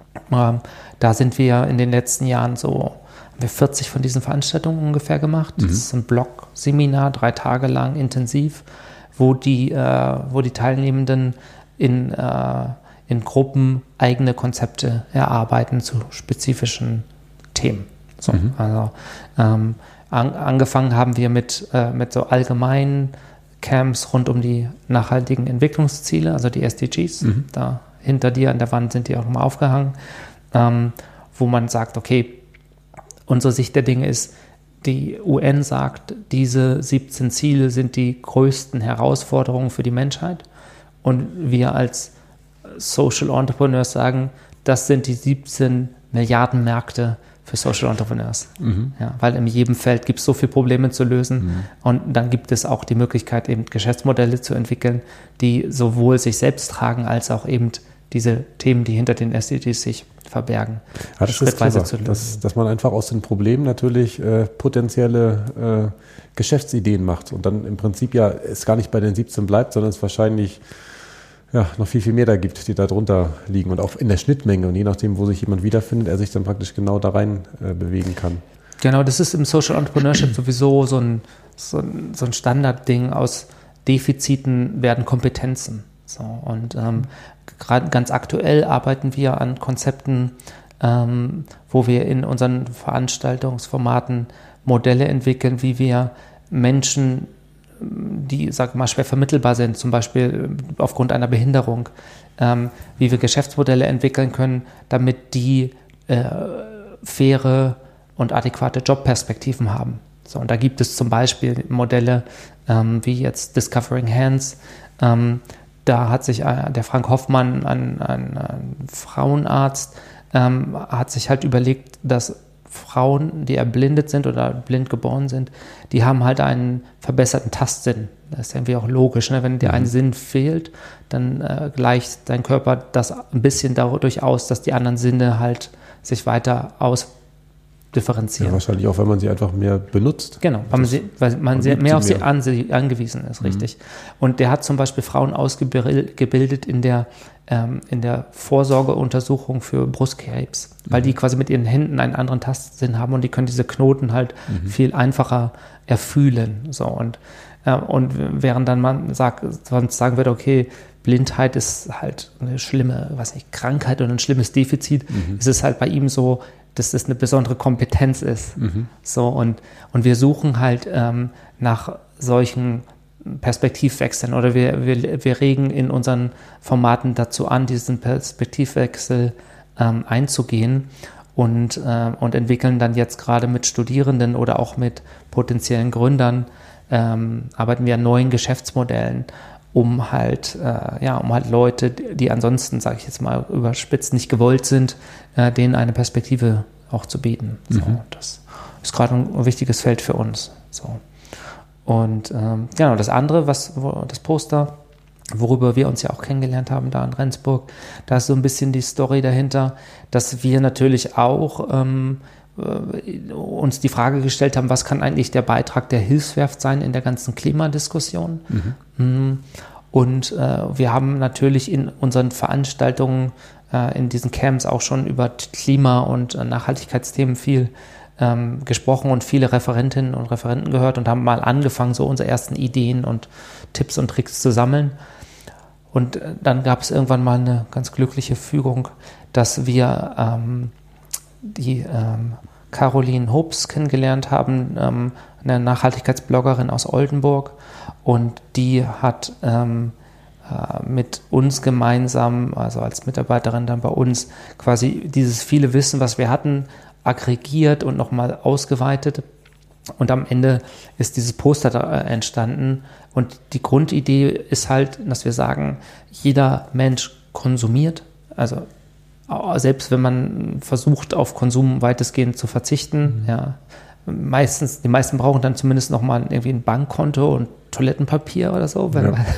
Da sind wir in den letzten Jahren haben wir 40 von diesen Veranstaltungen ungefähr gemacht. Das ist ein Blog-Seminar, 3 Tage lang intensiv, wo die Teilnehmenden in Gruppen eigene Konzepte erarbeiten zu spezifischen Themen. So, also angefangen haben wir mit so allgemeinen Camps rund um die nachhaltigen Entwicklungsziele, also die SDGs. Da hinter dir an der Wand sind die auch nochmal aufgehangen, wo man sagt, okay, unsere Sicht der Dinge ist, die UN sagt, diese 17 Ziele sind die größten Herausforderungen für die Menschheit. Und wir als Social Entrepreneurs sagen, das sind die 17 Milliarden Märkte für Social Entrepreneurs. Ja, weil in jedem Feld gibt es so viele Probleme zu lösen. Und dann gibt es auch die Möglichkeit, eben Geschäftsmodelle zu entwickeln, die sowohl sich selbst tragen, als auch eben diese Themen, die hinter den SDGs sich verbergen, schrittweise zu lösen. Dass man einfach aus den Problemen natürlich potenzielle Geschäftsideen macht und dann im Prinzip es gar nicht bei den 17 bleibt, sondern es wahrscheinlich noch viel, viel mehr da gibt, die da drunter liegen und auch in der Schnittmenge und je nachdem, wo sich jemand wiederfindet, er sich dann praktisch genau da rein bewegen kann. Genau, das ist im Social Entrepreneurship sowieso so ein Standardding. Aus Defiziten werden Kompetenzen. So, und gerade ganz aktuell arbeiten wir an Konzepten, wo wir in unseren Veranstaltungsformaten Modelle entwickeln, wie wir Menschen die, sag mal, schwer vermittelbar sind, zum Beispiel aufgrund einer Behinderung, wie wir Geschäftsmodelle entwickeln können, damit die faire und adäquate Jobperspektiven haben. So, und da gibt es zum Beispiel Modelle wie jetzt Discovering Hands. Da hat sich der Frank Hoffmann, ein Frauenarzt, hat sich halt überlegt, dass Frauen, die erblindet sind oder blind geboren sind, die haben halt einen verbesserten Tastsinn. Das ist irgendwie auch logisch, ne? Wenn dir ein Sinn fehlt, dann gleicht dein Körper das ein bisschen dadurch aus, dass die anderen Sinne halt sich weiter ausdifferenzieren. Ja, wahrscheinlich auch, wenn man sie einfach mehr benutzt. Genau, weil man mehr auf sie angewiesen ist, richtig. Und der hat zum Beispiel Frauen ausgebildet in der Vorsorgeuntersuchung für Brustkrebs, weil die quasi mit ihren Händen einen anderen Tastsinn haben und die können diese Knoten halt viel einfacher erfühlen. So, und während dann man sonst sagen würde, okay, Blindheit ist halt eine schlimme, Krankheit oder ein schlimmes Defizit, ist es halt bei ihm so, dass das eine besondere Kompetenz ist. So, und wir suchen halt nach solchen Perspektivwechseln oder wir regen in unseren Formaten dazu an, diesen Perspektivwechsel einzugehen und entwickeln dann jetzt gerade mit Studierenden oder auch mit potenziellen Gründern, arbeiten wir an neuen Geschäftsmodellen, um halt Leute, die ansonsten, sage ich jetzt mal überspitzt, nicht gewollt sind, denen eine Perspektive auch zu bieten. So, das ist gerade ein wichtiges Feld für uns. So. Und genau, das andere, das Poster, worüber wir uns ja auch kennengelernt haben da in Rendsburg, da ist so ein bisschen die Story dahinter, dass wir natürlich auch uns die Frage gestellt haben, was kann eigentlich der Beitrag der Hilfswerft sein in der ganzen Klimadiskussion? Und wir haben natürlich in unseren Veranstaltungen, in diesen Camps auch schon über Klima- und Nachhaltigkeitsthemen viel gesprochen und viele Referentinnen und Referenten gehört und haben mal angefangen, so unsere ersten Ideen und Tipps und Tricks zu sammeln. Und dann gab es irgendwann mal eine ganz glückliche Fügung, dass wir die Caroline Hobbs kennengelernt haben, eine Nachhaltigkeitsbloggerin aus Oldenburg, und die hat mit uns gemeinsam, also als Mitarbeiterin dann bei uns, quasi dieses viele Wissen, was wir hatten, aggregiert und nochmal ausgeweitet. Und am Ende ist dieses Poster da entstanden. Und die Grundidee ist halt, dass wir sagen, jeder Mensch konsumiert. Also selbst wenn man versucht, auf Konsum weitestgehend zu verzichten, die meisten brauchen dann zumindest nochmal irgendwie ein Bankkonto und Toilettenpapier oder so,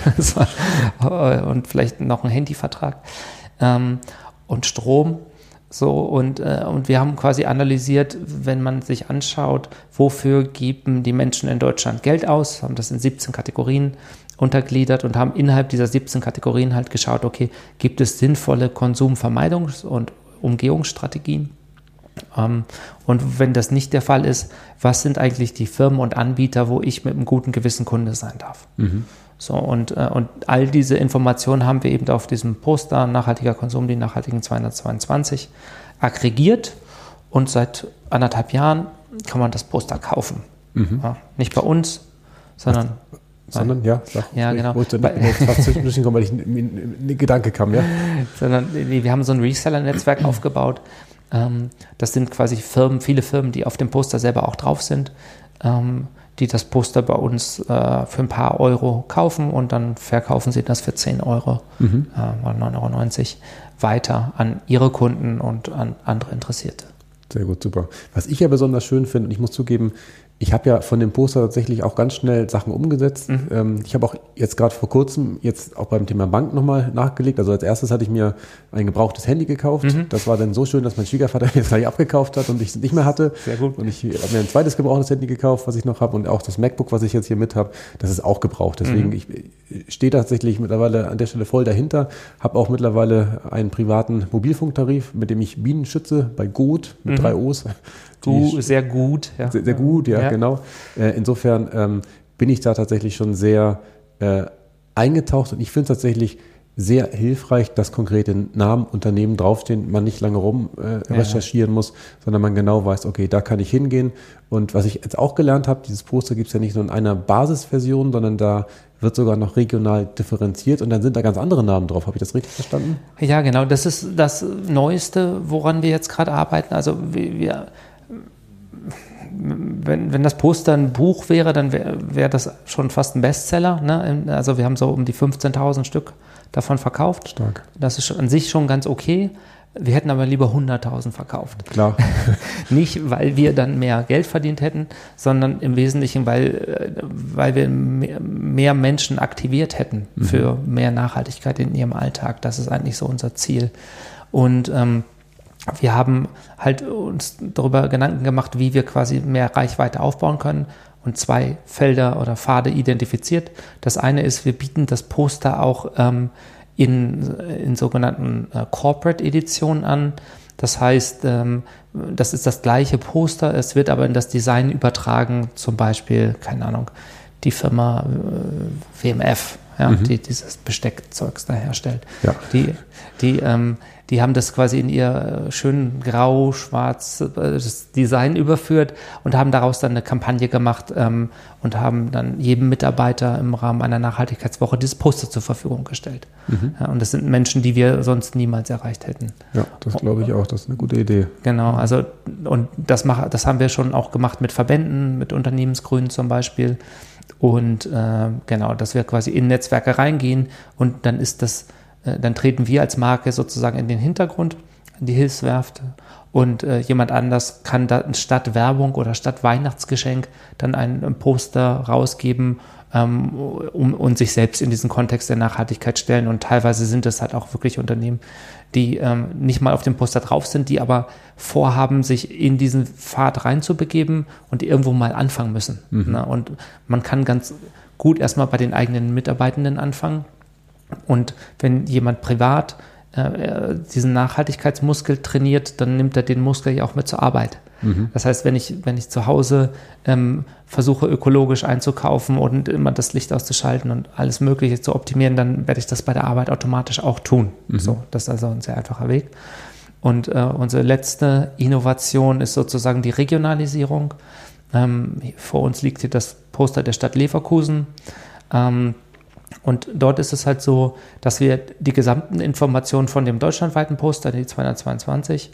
und vielleicht noch einen Handyvertrag und Strom. So, und wir haben quasi analysiert, wenn man sich anschaut, wofür geben die Menschen in Deutschland Geld aus, haben das in 17 Kategorien untergliedert und haben innerhalb dieser 17 Kategorien halt geschaut, okay, gibt es sinnvolle Konsumvermeidungs- und Umgehungsstrategien? Und wenn das nicht der Fall ist, was sind eigentlich die Firmen und Anbieter, wo ich mit einem guten Gewissen Kunde sein darf? So, und all diese Informationen haben wir eben auf diesem Poster Nachhaltiger Konsum, die nachhaltigen 222 aggregiert, und seit 1,5 Jahren kann man das Poster kaufen. Ja, nicht bei uns, sondern genau. Ich wollte zwischendurch kommen, weil ich ein Gedanke kam, ja. Sondern wir haben so ein Reseller-Netzwerk aufgebaut. Das sind quasi viele Firmen, die auf dem Poster selber auch drauf sind, die das Poster bei uns für ein paar Euro kaufen, und dann verkaufen sie das für 10 Euro oder 9,90 € weiter an ihre Kunden und an andere Interessierte. Sehr gut, super. Was ich ja besonders schön finde, und ich muss zugeben, ich habe ja von dem Poster tatsächlich auch ganz schnell Sachen umgesetzt. Ich habe auch jetzt gerade vor kurzem auch beim Thema Bank nochmal nachgelegt. Also als erstes hatte ich mir ein gebrauchtes Handy gekauft. Das war dann so schön, dass mein Schwiegervater mir das gleich abgekauft hat und ich es nicht mehr hatte. Sehr gut. Und ich habe mir ein zweites gebrauchtes Handy gekauft, was ich noch habe, und auch das MacBook, was ich jetzt hier mit habe, das ist auch gebraucht. Deswegen, ich stehe tatsächlich mittlerweile an der Stelle voll dahinter. Habe auch mittlerweile einen privaten Mobilfunktarif, mit dem ich Bienen schütze, bei Goat mit 3 O's. Sehr gut. Ja. Sehr gut, ja, genau. Insofern bin ich da tatsächlich schon sehr eingetaucht, und ich finde es tatsächlich sehr hilfreich, dass konkrete Namen, Unternehmen draufstehen, man nicht lange recherchieren muss, sondern man genau weiß, okay, da kann ich hingehen. Und was ich jetzt auch gelernt habe, dieses Poster gibt es ja nicht nur in einer Basisversion, sondern da wird sogar noch regional differenziert und dann sind da ganz andere Namen drauf. Habe ich das richtig verstanden? Ja, genau. Das ist das Neueste, woran wir jetzt gerade arbeiten. Also wenn das Poster ein Buch wäre, dann wäre das schon fast ein Bestseller. Ne? Also wir haben so um die 15.000 Stück davon verkauft. Stark. Das ist an sich schon ganz okay. Wir hätten aber lieber 100.000 verkauft. Klar. Nicht, weil wir dann mehr Geld verdient hätten, sondern im Wesentlichen, weil wir mehr Menschen aktiviert hätten für mehr Nachhaltigkeit in ihrem Alltag. Das ist eigentlich so unser Ziel. Und wir haben halt uns darüber Gedanken gemacht, wie wir quasi mehr Reichweite aufbauen können und 2 Felder oder Pfade identifiziert. Das eine ist, wir bieten das Poster auch in sogenannten Corporate-Editionen an. Das heißt, das ist das gleiche Poster, es wird aber in das Design übertragen, zum Beispiel, keine Ahnung, die Firma WMF, die dieses Besteckzeugs da herstellt. Ja. Die haben das quasi in ihr schön grau-schwarz Design überführt und haben daraus dann eine Kampagne gemacht und haben dann jedem Mitarbeiter im Rahmen einer Nachhaltigkeitswoche dieses Poster zur Verfügung gestellt. Ja, und das sind Menschen, die wir sonst niemals erreicht hätten. Ja, das glaube ich auch, das ist eine gute Idee. Genau, also und das haben wir schon auch gemacht mit Verbänden, mit Unternehmensgrünen zum Beispiel. Und genau, dass wir quasi in Netzwerke reingehen und dann dann treten wir als Marke sozusagen in den Hintergrund, in die Hilfswerft und jemand anders kann da statt Werbung oder statt Weihnachtsgeschenk dann ein Poster rausgeben und sich selbst in diesen Kontext der Nachhaltigkeit stellen. Und teilweise sind es halt auch wirklich Unternehmen, die nicht mal auf dem Poster drauf sind, die aber vorhaben, sich in diesen Pfad reinzubegeben und die irgendwo mal anfangen müssen. Ne? Und man kann ganz gut erstmal bei den eigenen Mitarbeitenden anfangen. Und wenn jemand privat diesen Nachhaltigkeitsmuskel trainiert, dann nimmt er den Muskel ja auch mit zur Arbeit. Das heißt, wenn ich zu Hause versuche, ökologisch einzukaufen und immer das Licht auszuschalten und alles Mögliche zu optimieren, dann werde ich das bei der Arbeit automatisch auch tun. So, das ist also ein sehr einfacher Weg. Und unsere letzte Innovation ist sozusagen die Regionalisierung. Vor uns liegt hier das Poster der Stadt Leverkusen. Und dort ist es halt so, dass wir die gesamten Informationen von dem deutschlandweiten Poster, die 222,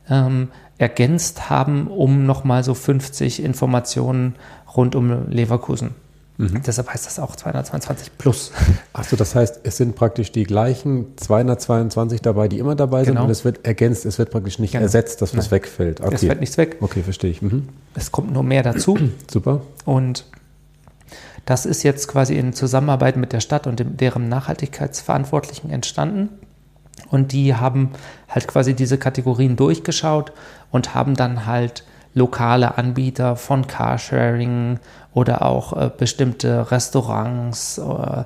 ergänzt haben, um nochmal so 50 Informationen rund um Leverkusen. Deshalb heißt das auch 222 plus. Achso, das heißt, es sind praktisch die gleichen 222 dabei, die immer dabei sind, und es wird ergänzt, es wird praktisch nicht ersetzt, dass was wegfällt. Okay. Es fällt nichts weg. Okay, verstehe ich. Es kommt nur mehr dazu. Super. Und das ist jetzt quasi in Zusammenarbeit mit der Stadt und deren Nachhaltigkeitsverantwortlichen entstanden. Und die haben halt quasi diese Kategorien durchgeschaut und haben dann halt lokale Anbieter von Carsharing oder auch bestimmte Restaurants,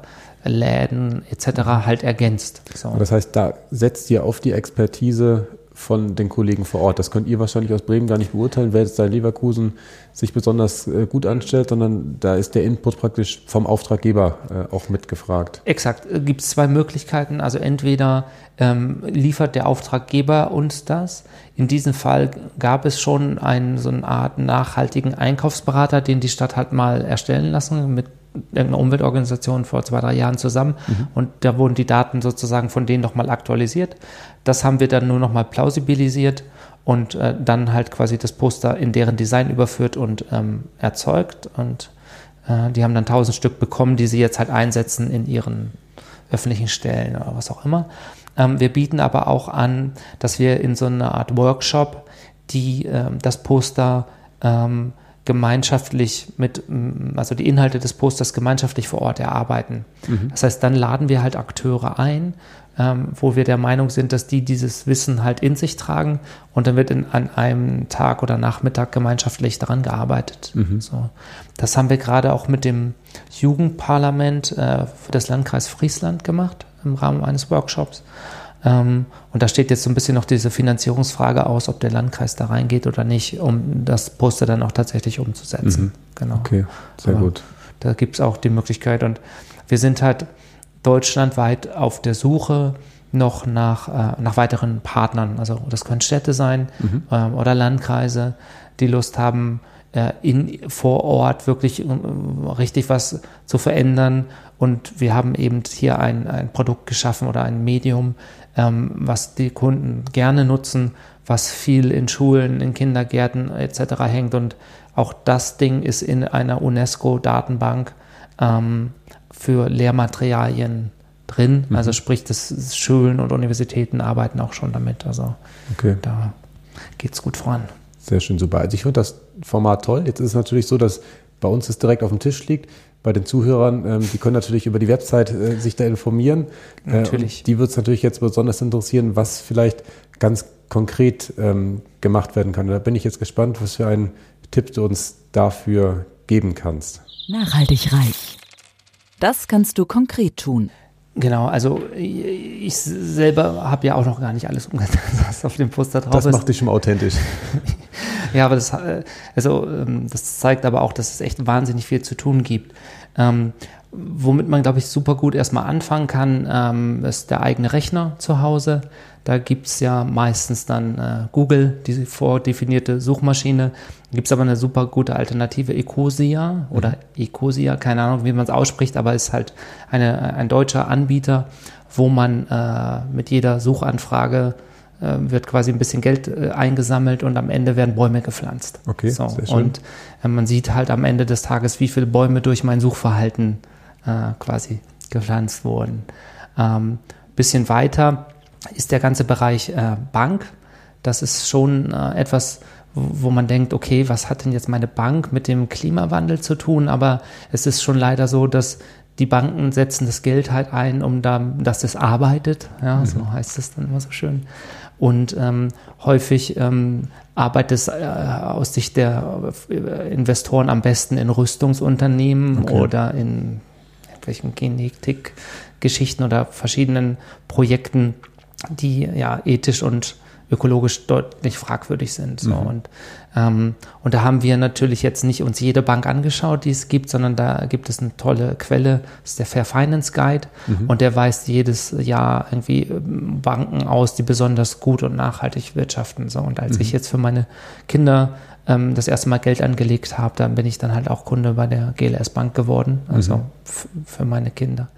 Läden etc. halt ergänzt. So. Das heißt, da setzt ihr auf die Expertise von den Kollegen vor Ort. Das könnt ihr wahrscheinlich aus Bremen gar nicht beurteilen, wer jetzt da in Leverkusen sich besonders gut anstellt, sondern da ist der Input praktisch vom Auftraggeber auch mitgefragt. Exakt. Gibt es 2 Möglichkeiten. Also entweder liefert der Auftraggeber uns das. In diesem Fall gab es schon so eine Art nachhaltigen Einkaufsberater, den die Stadt hat mal erstellen lassen mit irgendeiner Umweltorganisation vor 2-3 Jahren zusammen. Und da wurden die Daten sozusagen von denen nochmal aktualisiert. Das haben wir dann nur nochmal plausibilisiert und dann halt quasi das Poster in deren Design überführt und erzeugt. Und die haben dann 1000 Stück bekommen, die sie jetzt halt einsetzen in ihren öffentlichen Stellen oder was auch immer. Wir bieten aber auch an, dass wir in so einer Art Workshop das Poster gemeinschaftlich also die Inhalte des Posters gemeinschaftlich vor Ort erarbeiten. Das heißt, dann laden wir halt Akteure ein, wo wir der Meinung sind, dass die dieses Wissen halt in sich tragen und dann wird an einem Tag oder Nachmittag gemeinschaftlich daran gearbeitet. So. Das haben wir gerade auch mit dem Jugendparlament für das Landkreis Friesland gemacht im Rahmen eines Workshops. Und da steht jetzt so ein bisschen noch diese Finanzierungsfrage aus, ob der Landkreis da reingeht oder nicht, um das Poster dann auch tatsächlich umzusetzen. Genau. Okay, sehr gut. Da gibt es auch die Möglichkeit und wir sind halt deutschlandweit auf der Suche noch nach weiteren Partnern. Also das können Städte sein oder Landkreise, die Lust haben, vor Ort wirklich richtig was zu verändern. Und wir haben eben hier ein Produkt geschaffen oder ein Medium, was die Kunden gerne nutzen, was viel in Schulen, in Kindergärten etc. hängt. Und auch das Ding ist in einer UNESCO-Datenbank für Lehrmaterialien drin. Also sprich, Schulen und Universitäten arbeiten auch schon damit. Also da geht es gut voran. Sehr schön, super. Also ich finde das Format toll. Jetzt ist es natürlich so, dass bei uns es direkt auf dem Tisch liegt. Bei den Zuhörern, die können natürlich über die Website sich da informieren. Natürlich. Die wird es natürlich jetzt besonders interessieren, was vielleicht ganz konkret gemacht werden kann. Da bin ich jetzt gespannt, was für einen Tipp du uns dafür geben kannst. Nachhaltig reich. Das kannst du konkret tun. Genau, also ich selber habe ja auch noch gar nicht alles umgesetzt, was auf dem Poster drauf ist. Das macht dich schon authentisch. Ja, aber das zeigt aber auch, dass es echt wahnsinnig viel zu tun gibt. Womit man, glaube ich, super gut erstmal anfangen kann, ist der eigene Rechner zu Hause. Da gibt es ja meistens dann Google, die vordefinierte Suchmaschine. Da gibt es aber eine super gute Alternative, Ecosia oder Ecosia, keine Ahnung, wie man es ausspricht, aber ist halt ein deutscher Anbieter, wo man mit jeder Suchanfrage wird quasi ein bisschen Geld eingesammelt und am Ende werden Bäume gepflanzt. Okay, so, sehr schön. Und man sieht halt am Ende des Tages, wie viele Bäume durch mein Suchverhalten quasi gepflanzt wurden. Bisschen weiter ist der ganze Bereich Bank. Das ist schon etwas, wo man denkt, okay, was hat denn jetzt meine Bank mit dem Klimawandel zu tun? Aber es ist schon leider so, dass die Banken setzen das Geld halt ein, dass es arbeitet. Ja, so heißt es dann immer so schön. Und häufig arbeitet es aus Sicht der Investoren am besten in Rüstungsunternehmen oder in irgendwelchen Genetikgeschichten oder verschiedenen Projekten, die ja ethisch und ökologisch deutlich fragwürdig sind. So. Und da haben wir natürlich jetzt nicht uns jede Bank angeschaut, die es gibt, sondern da gibt es eine tolle Quelle, das ist der Fair Finance Guide und der weist jedes Jahr irgendwie Banken aus, die besonders gut und nachhaltig wirtschaften. So. Und als ich jetzt für meine Kinder das erste Mal Geld angelegt habe, dann bin ich dann halt auch Kunde bei der GLS Bank geworden, also für meine Kinder.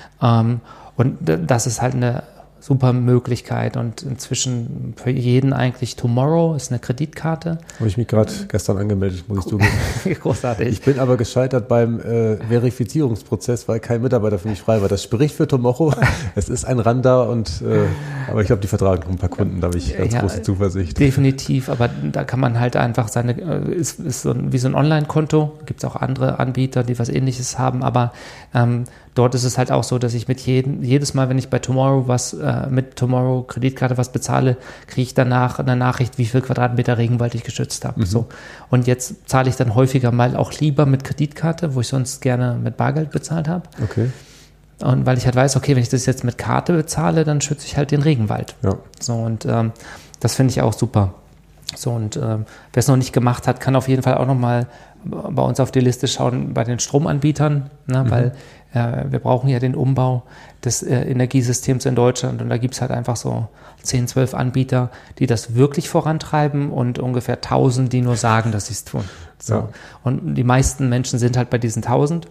Und das ist halt eine super Möglichkeit und inzwischen für jeden eigentlich Tomorrow ist eine Kreditkarte. Habe ich mich gerade gestern angemeldet, muss ich zugeben. Großartig. Ich bin aber gescheitert beim Verifizierungsprozess, weil kein Mitarbeiter für mich frei war. Das spricht für Tomorrow. Es ist ein Rand da aber ich glaube, die vertragen noch ein paar Kunden, da habe ich ganz große Zuversicht. Definitiv, aber da kann man halt einfach ist so wie so ein Online-Konto. Gibt es auch andere Anbieter, die was Ähnliches haben, aber dort ist es halt auch so, dass ich jedes Mal, wenn ich bei Tomorrow mit Tomorrow Kreditkarte was bezahle, kriege ich danach eine Nachricht, wie viel Quadratmeter Regenwald ich geschützt habe. So. Und jetzt zahle ich dann häufiger mal auch lieber mit Kreditkarte, wo ich sonst gerne mit Bargeld bezahlt habe. Okay. Und weil ich halt weiß, okay, wenn ich das jetzt mit Karte bezahle, dann schütze ich halt den Regenwald. Ja. So, und das finde ich auch super. So, und wer es noch nicht gemacht hat, kann auf jeden Fall auch nochmal bei uns auf die Liste schauen bei den Stromanbietern, weil wir brauchen ja den Umbau des Energiesystems in Deutschland und da gibt es halt einfach so 10, 12 Anbieter, die das wirklich vorantreiben und ungefähr 1000, die nur sagen, dass sie es tun. So. Ja. Und die meisten Menschen sind halt bei diesen 1000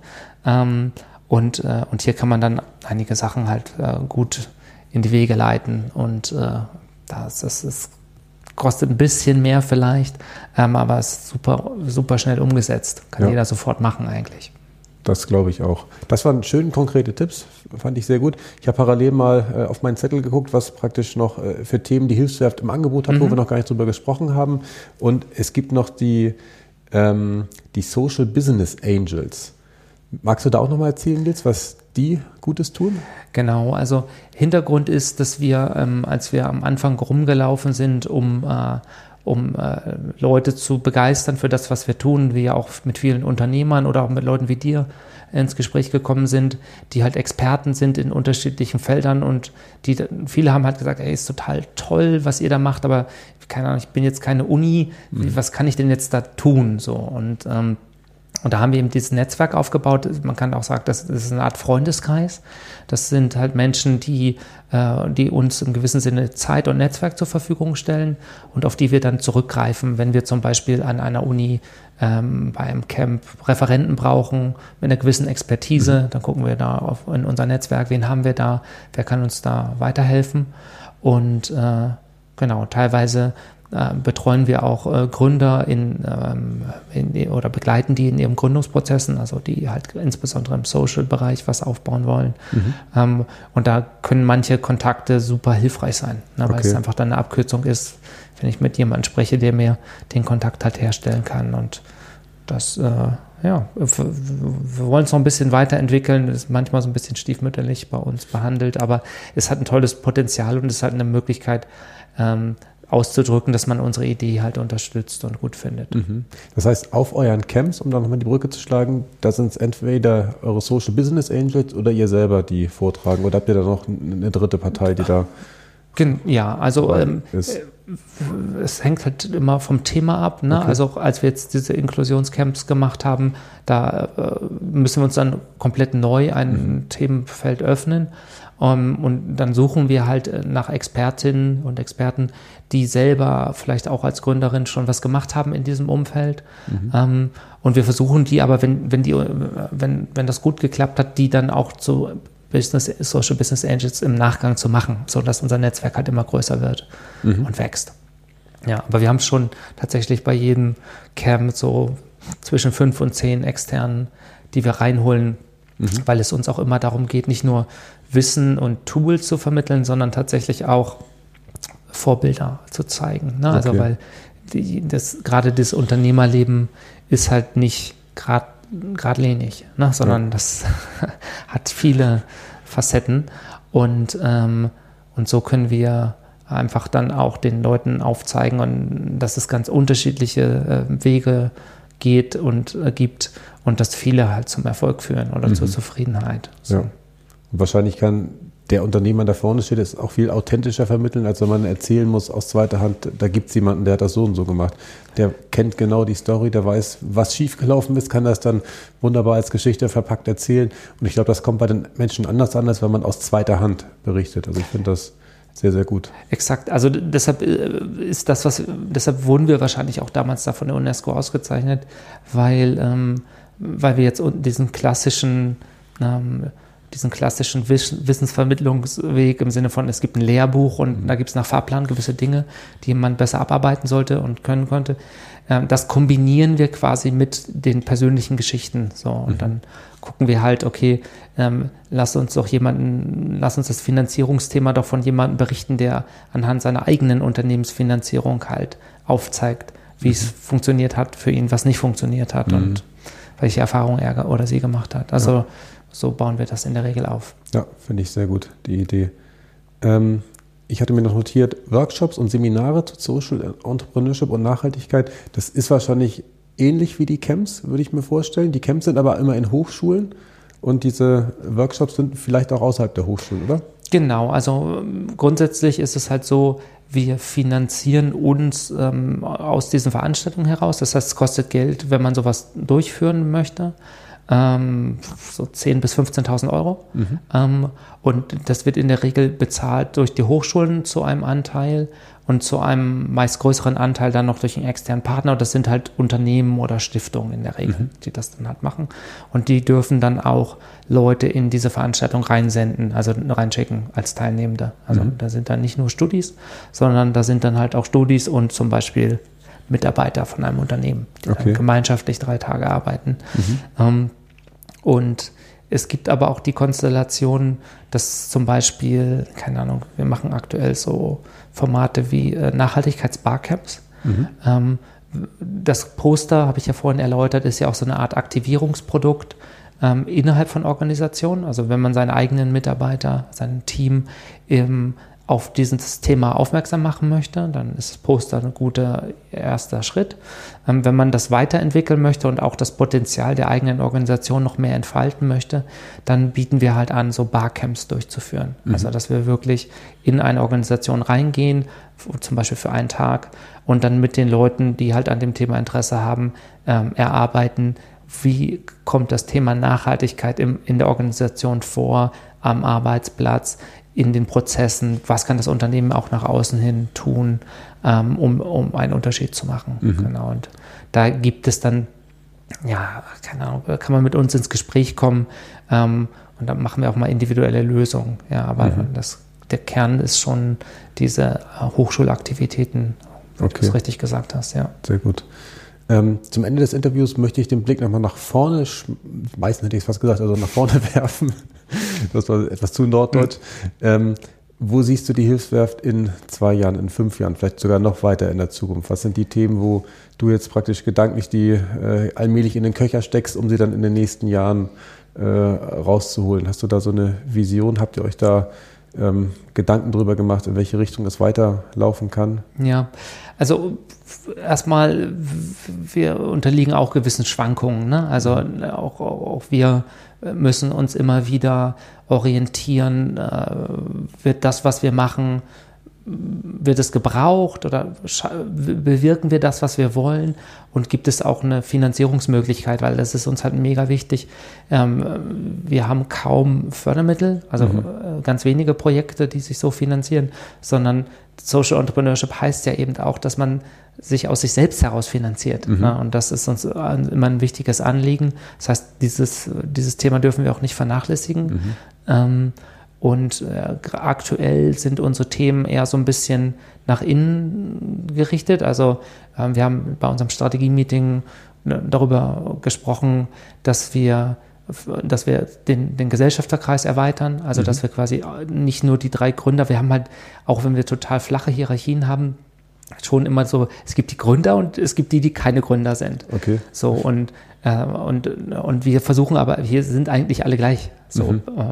und hier kann man dann einige Sachen halt gut in die Wege leiten und das kostet ein bisschen mehr vielleicht, aber es ist super, super schnell umgesetzt. Kann jeder sofort machen eigentlich. Das glaube ich auch. Das waren schön konkrete Tipps, fand ich sehr gut. Ich habe parallel mal auf meinen Zettel geguckt, was praktisch noch für Themen die Hilfswerft im Angebot hat, wo wir noch gar nicht drüber gesprochen haben. Und es gibt noch die Social Business Angels. Magst du da auch nochmal erzählen, Nils, was die Gutes tun? Genau, also Hintergrund ist, dass wir, als wir am Anfang rumgelaufen sind, um Leute zu begeistern für das, was wir tun, wir auch mit vielen Unternehmern oder auch mit Leuten wie dir ins Gespräch gekommen sind, die halt Experten sind in unterschiedlichen Feldern und viele haben halt gesagt, ey, ist total toll, was ihr da macht, aber keine Ahnung, ich bin jetzt keine Uni, was kann ich denn jetzt da tun? So, und Und da haben wir eben dieses Netzwerk aufgebaut. Man kann auch sagen, das ist eine Art Freundeskreis. Das sind halt Menschen, die uns im gewissen Sinne Zeit und Netzwerk zur Verfügung stellen und auf die wir dann zurückgreifen, wenn wir zum Beispiel an einer Uni bei einem Camp Referenten brauchen mit einer gewissen Expertise. Dann gucken wir da in unser Netzwerk, wen haben wir da, wer kann uns da weiterhelfen. Und genau, teilweise betreuen wir auch Gründer oder begleiten die in ihren Gründungsprozessen, also die halt insbesondere im Social-Bereich was aufbauen wollen. Und da können manche Kontakte super hilfreich sein, ne, weil es einfach dann eine Abkürzung ist, wenn ich mit jemandem spreche, der mir den Kontakt halt herstellen kann. Und das, wir wollen es noch ein bisschen weiterentwickeln, ist manchmal so ein bisschen stiefmütterlich bei uns behandelt, aber es hat ein tolles Potenzial und es hat eine Möglichkeit, auszudrücken, dass man unsere Idee halt unterstützt und gut findet. Das heißt, auf euren Camps, um da nochmal die Brücke zu schlagen, da sind es entweder eure Social Business Angels oder ihr selber, die vortragen, oder habt ihr da noch eine dritte Partei, die da ja, also ist? Es hängt halt immer vom Thema ab. Ne? Okay. Also als wir jetzt diese Inklusionscamps gemacht haben, da müssen wir uns dann komplett neu ein Themenfeld öffnen. Und dann suchen wir halt nach Expertinnen und Experten, die selber vielleicht auch als Gründerin schon was gemacht haben in diesem Umfeld. Und wir versuchen die aber, wenn das gut geklappt hat, die dann auch zu Social Business Angels im Nachgang zu machen, sodass unser Netzwerk halt immer größer wird und wächst. Ja, aber wir haben schon tatsächlich bei jedem Camp so zwischen 5 und 10 Externen, die wir reinholen, weil es uns auch immer darum geht, nicht nur Wissen und Tools zu vermitteln, sondern tatsächlich auch Vorbilder zu zeigen. Ne? Also weil gerade das Unternehmerleben ist halt nicht geradlinig, ne? Sondern das hat viele Facetten und so können wir einfach dann auch den Leuten aufzeigen, und dass es ganz unterschiedliche Wege geht und gibt und dass viele halt zum Erfolg führen oder zur Zufriedenheit. So. Ja. Und wahrscheinlich kann der Unternehmer, der vorne steht, es auch viel authentischer vermitteln, als wenn man erzählen muss aus zweiter Hand, da gibt es jemanden, der hat das so und so gemacht. Der kennt genau die Story, der weiß, was schiefgelaufen ist, kann das dann wunderbar als Geschichte verpackt erzählen. Und ich glaube, das kommt bei den Menschen anders an, als wenn man aus zweiter Hand berichtet. Also ich finde das sehr, sehr gut. Exakt. Also deshalb wurden wir wahrscheinlich auch damals da von der UNESCO ausgezeichnet, weil wir jetzt diesen klassischen Wissensvermittlungsweg im Sinne von, es gibt ein Lehrbuch und da gibt es nach Fahrplan gewisse Dinge, die man besser abarbeiten sollte und können konnte. Das kombinieren wir quasi mit den persönlichen Geschichten. So. Und dann gucken wir halt, okay, lass uns das Finanzierungsthema doch von jemandem berichten, der anhand seiner eigenen Unternehmensfinanzierung halt aufzeigt, wie es funktioniert hat für ihn, was nicht funktioniert hat und welche Erfahrungen er oder sie gemacht hat. Also so bauen wir das in der Regel auf. Ja, finde ich sehr gut, die Idee. Ich hatte mir noch notiert, Workshops und Seminare zu Social Entrepreneurship und Nachhaltigkeit. Das ist wahrscheinlich ähnlich wie die Camps, würde ich mir vorstellen. Die Camps sind aber immer in Hochschulen und diese Workshops sind vielleicht auch außerhalb der Hochschulen, oder? Genau, also grundsätzlich ist es halt so, wir finanzieren uns aus diesen Veranstaltungen heraus. Das heißt, es kostet Geld, wenn man sowas durchführen möchte. So 10.000 bis 15.000 Euro. Und das wird in der Regel bezahlt durch die Hochschulen zu einem Anteil und zu einem meist größeren Anteil dann noch durch einen externen Partner. Das sind halt Unternehmen oder Stiftungen in der Regel, die das dann halt machen. Und die dürfen dann auch Leute in diese Veranstaltung reinsenden, also reinschicken als Teilnehmende. Also da sind dann nicht nur Studis, sondern da sind dann halt auch Studis und zum Beispiel Mitarbeiter von einem Unternehmen, die dann gemeinschaftlich 3 Tage arbeiten. Und es gibt aber auch die Konstellation, dass zum Beispiel, keine Ahnung, wir machen aktuell so Formate wie Nachhaltigkeitsbarcamps. Das Poster, habe ich ja vorhin erläutert, ist ja auch so eine Art Aktivierungsprodukt innerhalb von Organisationen. Also wenn man seine eigenen Mitarbeiter, sein Team auf dieses Thema aufmerksam machen möchte, dann ist das Poster ein guter erster Schritt. Wenn man das weiterentwickeln möchte und auch das Potenzial der eigenen Organisation noch mehr entfalten möchte, dann bieten wir halt an, so Barcamps durchzuführen. Also dass wir wirklich in eine Organisation reingehen, zum Beispiel für einen Tag, und dann mit den Leuten, die halt an dem Thema Interesse haben, erarbeiten, wie kommt das Thema Nachhaltigkeit in der Organisation vor, am Arbeitsplatz, in den Prozessen, was kann das Unternehmen auch nach außen hin tun, um einen Unterschied zu machen. Genau. Und da gibt es dann, ja, keine Ahnung, kann man mit uns ins Gespräch kommen, und dann machen wir auch mal individuelle Lösungen. Ja, aber der Kern ist schon diese Hochschulaktivitäten, wie du es richtig gesagt hast. Ja. Sehr gut. Zum Ende des Interviews möchte ich den Blick nochmal nach vorne, meistens hätte ich es fast gesagt, also nach vorne werfen. Das war etwas zu norddeutsch. Wo siehst du die Hilfswerft in 2 Jahren, in 5 Jahren, vielleicht sogar noch weiter in der Zukunft? Was sind die Themen, wo du jetzt praktisch gedanklich die allmählich in den Köcher steckst, um sie dann in den nächsten Jahren rauszuholen? Hast du da so eine Vision? Habt ihr euch da Gedanken drüber gemacht, in welche Richtung es weiterlaufen kann? Ja, also erstmal, wir unterliegen auch gewissen Schwankungen, ne? Also auch wir müssen uns immer wieder orientieren, wird das, was wir machen, wird es gebraucht oder bewirken wir das, was wir wollen, und gibt es auch eine Finanzierungsmöglichkeit, weil das ist uns halt mega wichtig. Wir haben kaum Fördermittel, also ganz wenige Projekte, die sich so finanzieren, sondern Social Entrepreneurship heißt ja eben auch, dass man sich aus sich selbst heraus finanziert. Ne? Und das ist uns immer ein wichtiges Anliegen. Das heißt, dieses Thema dürfen wir auch nicht vernachlässigen. Und aktuell sind unsere Themen eher so ein bisschen nach innen gerichtet. Also wir haben bei unserem Strategie-Meeting darüber gesprochen, dass wir den Gesellschafterkreis erweitern. Also dass wir quasi nicht nur die 3 Gründer, wir haben halt, auch wenn wir total flache Hierarchien haben, schon immer so, es gibt die Gründer und es gibt die keine Gründer sind. Okay. So, und wir versuchen aber, hier sind eigentlich alle gleich. So,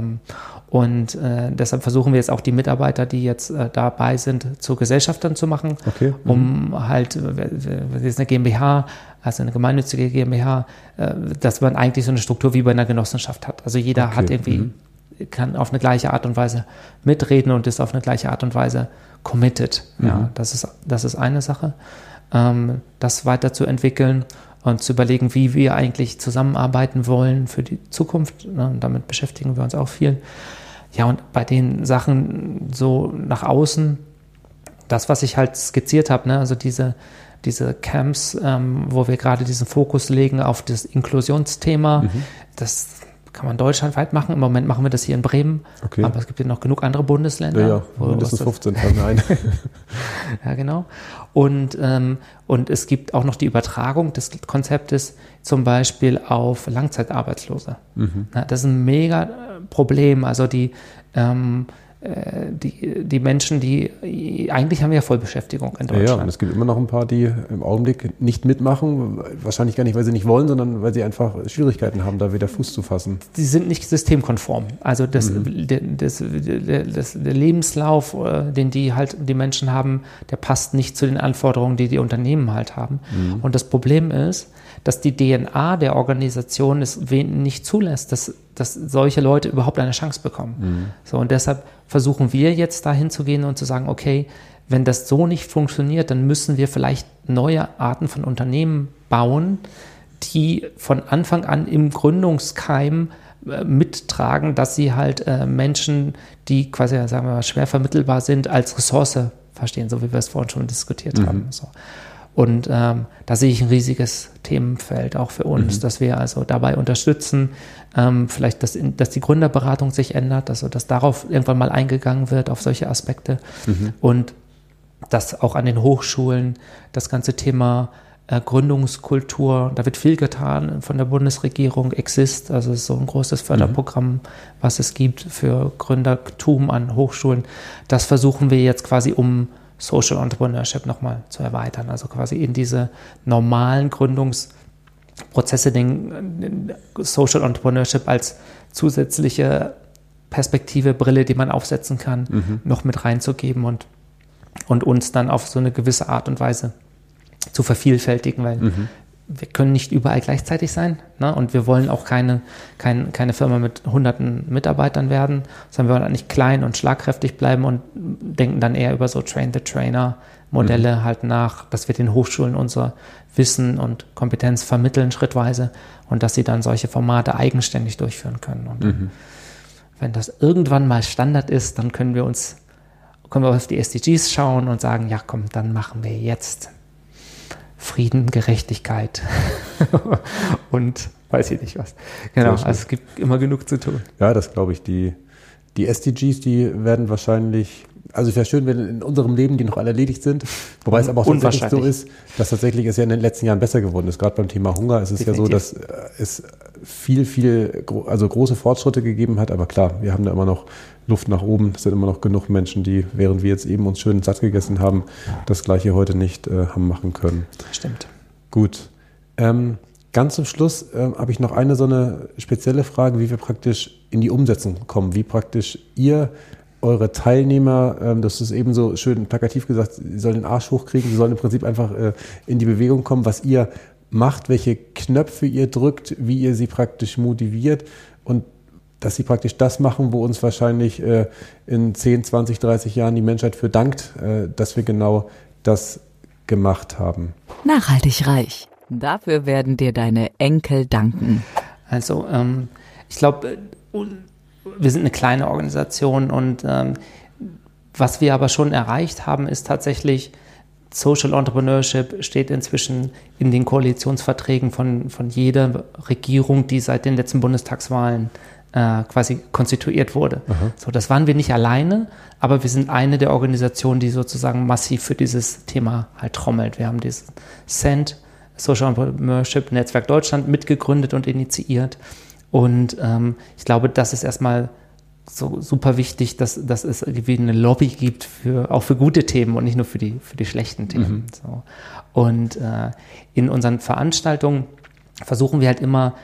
und deshalb versuchen wir jetzt auch die Mitarbeiter, die jetzt dabei sind, zu Gesellschaftern zu machen, um halt, das ist eine GmbH, also eine gemeinnützige GmbH, dass man eigentlich so eine Struktur wie bei einer Genossenschaft hat. Also jeder hat irgendwie, kann auf eine gleiche Art und Weise mitreden und ist auf eine gleiche Art und Weise committed. Ja, das ist eine Sache, das weiterzuentwickeln und zu überlegen, wie wir eigentlich zusammenarbeiten wollen für die Zukunft. Ne? Und damit beschäftigen wir uns auch viel. Ja, und bei den Sachen so nach außen, das, was ich halt skizziert habe, ne? Also diese Camps, wo wir gerade diesen Fokus legen auf das Inklusionsthema, das kann man deutschlandweit machen. Im Moment machen wir das hier in Bremen, aber es gibt ja noch genug andere Bundesländer. Ja, mindestens 15 fallen mir ein. Ja, genau. Und es gibt auch noch die Übertragung des Konzeptes zum Beispiel auf Langzeitarbeitslose. Das ist ein mega Problem. Also die Menschen, die eigentlich haben wir ja Vollbeschäftigung in Deutschland. Ja, und es gibt immer noch ein paar, die im Augenblick nicht mitmachen. Wahrscheinlich gar nicht, weil sie nicht wollen, sondern weil sie einfach Schwierigkeiten haben, da wieder Fuß zu fassen. Die sind nicht systemkonform. Also der Lebenslauf, den die Menschen haben, der passt nicht zu den Anforderungen, die Unternehmen halt haben. Und das Problem ist, dass die DNA der Organisation es nicht zulässt, dass solche Leute überhaupt eine Chance bekommen. So, und deshalb versuchen wir jetzt dahin zu gehen und zu sagen, okay, wenn das so nicht funktioniert, dann müssen wir vielleicht neue Arten von Unternehmen bauen, die von Anfang an im Gründungskeim mittragen, dass sie halt Menschen, die quasi, sagen wir mal, schwer vermittelbar sind, als Ressource verstehen, so wie wir es vorhin schon diskutiert haben. So. Und da sehe ich ein riesiges Themenfeld auch für uns, dass wir also dabei unterstützen, vielleicht, dass die Gründerberatung sich ändert, also dass darauf irgendwann mal eingegangen wird, auf solche Aspekte. Und dass auch an den Hochschulen das ganze Thema Gründungskultur, da wird viel getan von der Bundesregierung, Exist, also es ist so ein großes Förderprogramm, was es gibt für Gründertum an Hochschulen. Das versuchen wir jetzt quasi Social Entrepreneurship nochmal zu erweitern, also quasi in diese normalen Gründungsprozesse den Social Entrepreneurship als zusätzliche Perspektive, Brille, die man aufsetzen kann, noch mit reinzugeben und uns dann auf so eine gewisse Art und Weise zu vervielfältigen, weil wir können nicht überall gleichzeitig sein, ne? Und wir wollen auch keine Firma mit hunderten Mitarbeitern werden, sondern wir wollen eigentlich klein und schlagkräftig bleiben und denken dann eher über so Train-the-Trainer-Modelle halt nach, dass wir den Hochschulen unser Wissen und Kompetenz vermitteln schrittweise und dass sie dann solche Formate eigenständig durchführen können. Und wenn das irgendwann mal Standard ist, dann können wir auf die SDGs schauen und sagen, ja komm, dann machen wir jetzt Frieden, Gerechtigkeit und weiß ich nicht was. Genau, also es gibt immer genug zu tun. Ja, das glaube ich. Die SDGs, die werden wahrscheinlich, also es wäre schön, wenn in unserem Leben die noch alle erledigt sind, wobei es aber auch tatsächlich so ist, dass tatsächlich es ja in den letzten Jahren besser geworden ist. Gerade beim Thema Hunger ist es definitiv ja so, dass es also große Fortschritte gegeben hat, aber klar, wir haben da immer noch Luft nach oben. Es sind immer noch genug Menschen, die, während wir jetzt eben uns schön satt gegessen haben, das Gleiche heute nicht haben machen können. Stimmt. Gut. Ganz zum Schluss habe ich noch eine so eine spezielle Frage, wie wir praktisch in die Umsetzung kommen, wie praktisch ihr eure Teilnehmer, das ist eben so schön plakativ gesagt, sie sollen den Arsch hochkriegen, sie sollen im Prinzip einfach in die Bewegung kommen, was ihr macht, welche Knöpfe ihr drückt, wie ihr sie praktisch motiviert und dass sie praktisch das machen, wo uns wahrscheinlich in 10, 20, 30 Jahren die Menschheit für dankt, dass wir genau das gemacht haben. Nachhaltig reich. Dafür werden dir deine Enkel danken. Also ich glaube, wir sind eine kleine Organisation und was wir aber schon erreicht haben, ist tatsächlich, Social Entrepreneurship steht inzwischen in den Koalitionsverträgen von jeder Regierung, die seit den letzten Bundestagswahlen quasi konstituiert wurde. So, das waren wir nicht alleine, aber wir sind eine der Organisationen, die sozusagen massiv für dieses Thema halt trommelt. Wir haben dieses SEND, Social Entrepreneurship Netzwerk Deutschland, mitgegründet und initiiert. Und ich glaube, das ist erstmal so super wichtig, dass es irgendwie eine Lobby gibt, auch für gute Themen und nicht nur für die schlechten Themen. So. Und in unseren Veranstaltungen versuchen wir halt immer,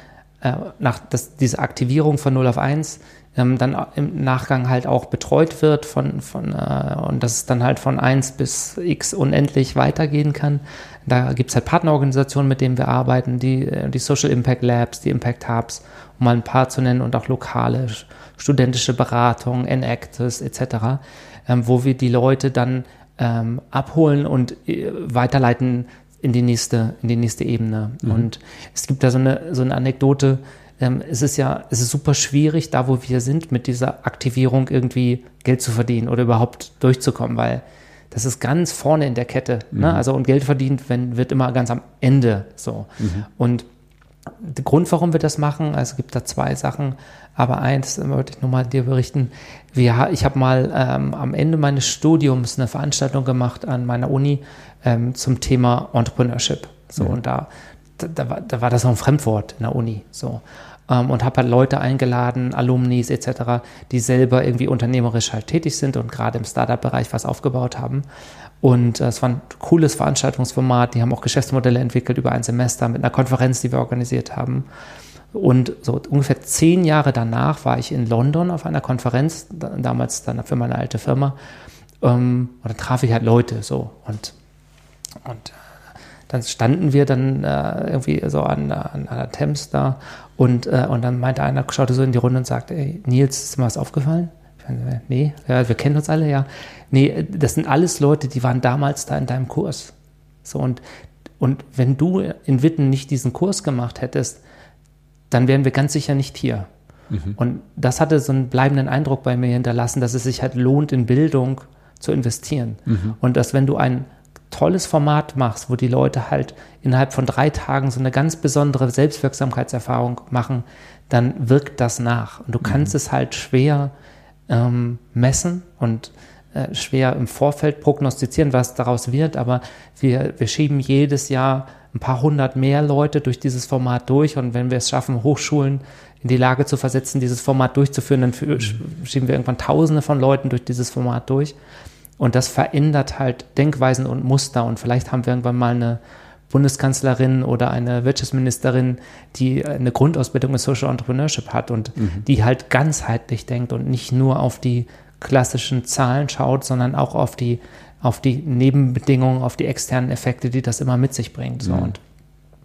diese Aktivierung von 0 auf 1 dann im Nachgang halt auch betreut wird und dass es dann halt von 1 bis x unendlich weitergehen kann. Da gibt es halt Partnerorganisationen, mit denen wir arbeiten, die Social Impact Labs, die Impact Hubs, um mal ein paar zu nennen, und auch lokale studentische Beratung, Enactus etc., wo wir die Leute dann abholen und weiterleiten in die nächste Ebene. Und es gibt da so eine Anekdote. Es ist super schwierig, da wo wir sind, mit dieser Aktivierung irgendwie Geld zu verdienen oder überhaupt durchzukommen, weil das ist ganz vorne in der Kette. Ne? Also, und Geld verdient wird immer ganz am Ende so. Und der Grund, warum wir das machen, also es gibt da 2 Sachen, aber eins wollte ich nur mal dir berichten. Ich habe mal am Ende meines Studiums eine Veranstaltung gemacht an meiner Uni zum Thema Entrepreneurship. So, und da war das noch ein Fremdwort in der Uni. So. Und habe halt Leute eingeladen, Alumnis etc., die selber irgendwie unternehmerisch halt tätig sind und gerade im Startup-Bereich was aufgebaut haben. Und es war ein cooles Veranstaltungsformat. Die haben auch Geschäftsmodelle entwickelt über ein Semester mit einer Konferenz, die wir organisiert haben. Und so ungefähr 10 Jahre danach war ich in London auf einer Konferenz, damals dann für meine alte Firma. Und dann traf ich halt Leute so. Und dann standen wir dann irgendwie so an der Thames da und dann meinte einer, schaute so in die Runde und sagte, ey, Nils, ist dir was aufgefallen? Nee, ja, wir kennen uns alle, ja. Nee, das sind alles Leute, die waren damals da in deinem Kurs. So, und wenn du in Witten nicht diesen Kurs gemacht hättest, dann wären wir ganz sicher nicht hier. Und das hatte so einen bleibenden Eindruck bei mir hinterlassen, dass es sich halt lohnt, in Bildung zu investieren. Und dass, wenn du ein tolles Format machst, wo die Leute halt innerhalb von 3 Tagen so eine ganz besondere Selbstwirksamkeitserfahrung machen, dann wirkt das nach. Und du kannst es halt schwer messen und schwer im Vorfeld prognostizieren, was daraus wird, aber wir schieben jedes Jahr ein paar hundert mehr Leute durch dieses Format durch, und wenn wir es schaffen, Hochschulen in die Lage zu versetzen, dieses Format durchzuführen, dann schieben wir irgendwann Tausende von Leuten durch dieses Format durch, und das verändert halt Denkweisen und Muster, und vielleicht haben wir irgendwann mal eine Bundeskanzlerin oder eine Wirtschaftsministerin, die eine Grundausbildung in Social Entrepreneurship hat und die halt ganzheitlich denkt und nicht nur auf die klassischen Zahlen schaut, sondern auch auf die Nebenbedingungen, auf die externen Effekte, die das immer mit sich bringt. So. Und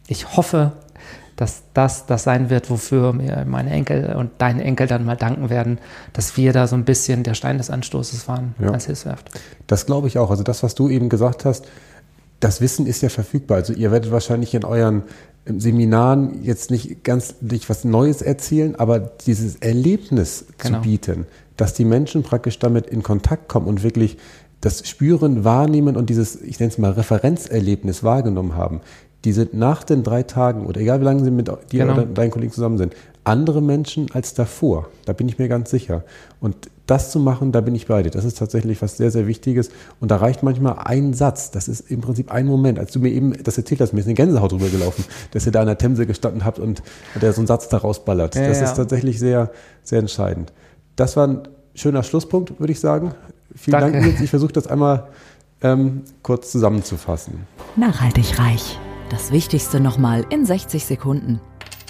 ich hoffe, dass das sein wird, wofür mir meine Enkel und deine Enkel dann mal danken werden, dass wir da so ein bisschen der Stein des Anstoßes waren als Hilfswerft. Das glaube ich auch. Also das, was du eben gesagt hast, das Wissen ist ja verfügbar. Also ihr werdet wahrscheinlich in euren Seminaren jetzt nicht was Neues erzählen, aber dieses Erlebnis zu bieten, dass die Menschen praktisch damit in Kontakt kommen und wirklich das Spüren, Wahrnehmen und dieses, ich nenne es mal Referenzerlebnis wahrgenommen haben. Die sind nach den 3 Tagen oder egal wie lange sie mit dir oder deinen Kollegen zusammen sind, andere Menschen als davor. Da bin ich mir ganz sicher. Und das zu machen, da bin ich bei dir. Das ist tatsächlich was sehr, sehr Wichtiges. Und da reicht manchmal ein Satz. Das ist im Prinzip ein Moment. Als du mir eben das erzählt hast, mir ist eine Gänsehaut drüber gelaufen, dass ihr da an der Themse gestanden habt und der so einen Satz da rausballert. Das ist tatsächlich sehr, sehr entscheidend. Das war ein schöner Schlusspunkt, würde ich sagen. Vielen Dank, Nils. Ich versuche das einmal kurz zusammenzufassen. Nachhaltig reich. Das Wichtigste nochmal in 60 Sekunden.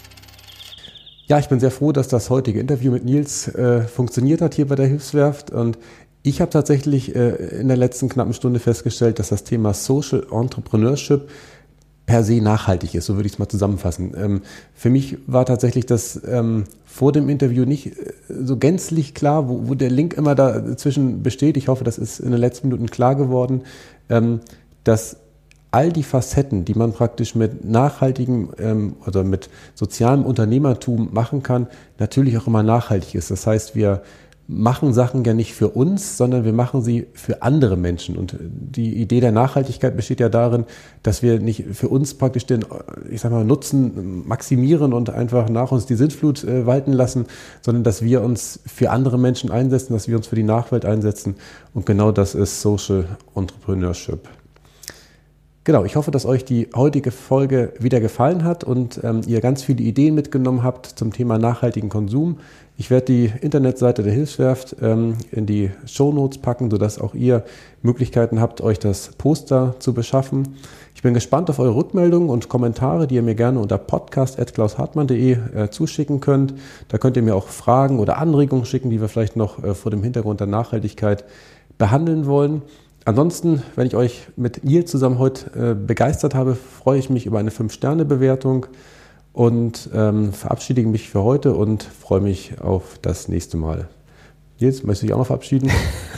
Ja, ich bin sehr froh, dass das heutige Interview mit Nils funktioniert hat hier bei der Hilfswerft. Und ich habe tatsächlich in der letzten knappen Stunde festgestellt, dass das Thema Social Entrepreneurship per se nachhaltig ist. So würde ich es mal zusammenfassen. Für mich war tatsächlich das vor dem Interview nicht so gänzlich klar, wo der Link immer dazwischen besteht. Ich hoffe, das ist in den letzten Minuten klar geworden, dass all die Facetten, die man praktisch mit nachhaltigem oder mit sozialem Unternehmertum machen kann, natürlich auch immer nachhaltig ist. Das heißt, wir machen Sachen ja nicht für uns, sondern wir machen sie für andere Menschen. Und die Idee der Nachhaltigkeit besteht ja darin, dass wir nicht für uns praktisch den, Nutzen maximieren und einfach nach uns die Sintflut walten lassen, sondern dass wir uns für andere Menschen einsetzen, dass wir uns für die Nachwelt einsetzen. Und genau das ist Social Entrepreneurship. Genau, ich hoffe, dass euch die heutige Folge wieder gefallen hat und ihr ganz viele Ideen mitgenommen habt zum Thema nachhaltigen Konsum. Ich werde die Internetseite der Hilfswerft in die Shownotes packen, sodass auch ihr Möglichkeiten habt, euch das Poster zu beschaffen. Ich bin gespannt auf eure Rückmeldungen und Kommentare, die ihr mir gerne unter podcast@klaushartmann.de zuschicken könnt. Da könnt ihr mir auch Fragen oder Anregungen schicken, die wir vielleicht noch vor dem Hintergrund der Nachhaltigkeit behandeln wollen. Ansonsten, wenn ich euch mit Nils zusammen heute begeistert habe, freue ich mich über eine 5-Sterne-Bewertung und verabschiede mich für heute und freue mich auf das nächste Mal. Nils, möchtest du dich auch noch verabschieden?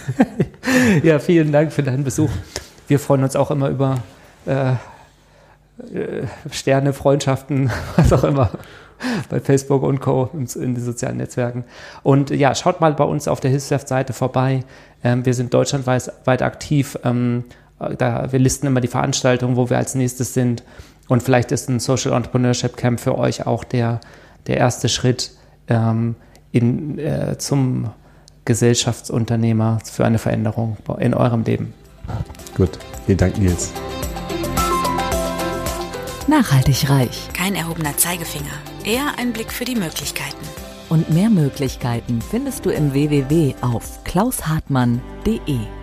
Ja, vielen Dank für deinen Besuch. Wir freuen uns auch immer über Sterne, Freundschaften, was auch immer, bei Facebook und Co. in den sozialen Netzwerken. Und ja, schaut mal bei uns auf der Hilfswerft-Seite vorbei. Wir sind deutschlandweit aktiv. Wir listen immer die Veranstaltungen, wo wir als nächstes sind. Und vielleicht ist ein Social Entrepreneurship Camp für euch auch der erste Schritt zum Gesellschaftsunternehmer für eine Veränderung in eurem Leben. Gut, vielen Dank, Nils. Nachhaltig reich. Kein erhobener Zeigefinger, eher ein Blick für die Möglichkeiten. Und mehr Möglichkeiten findest du im www auf klaushartmann.de.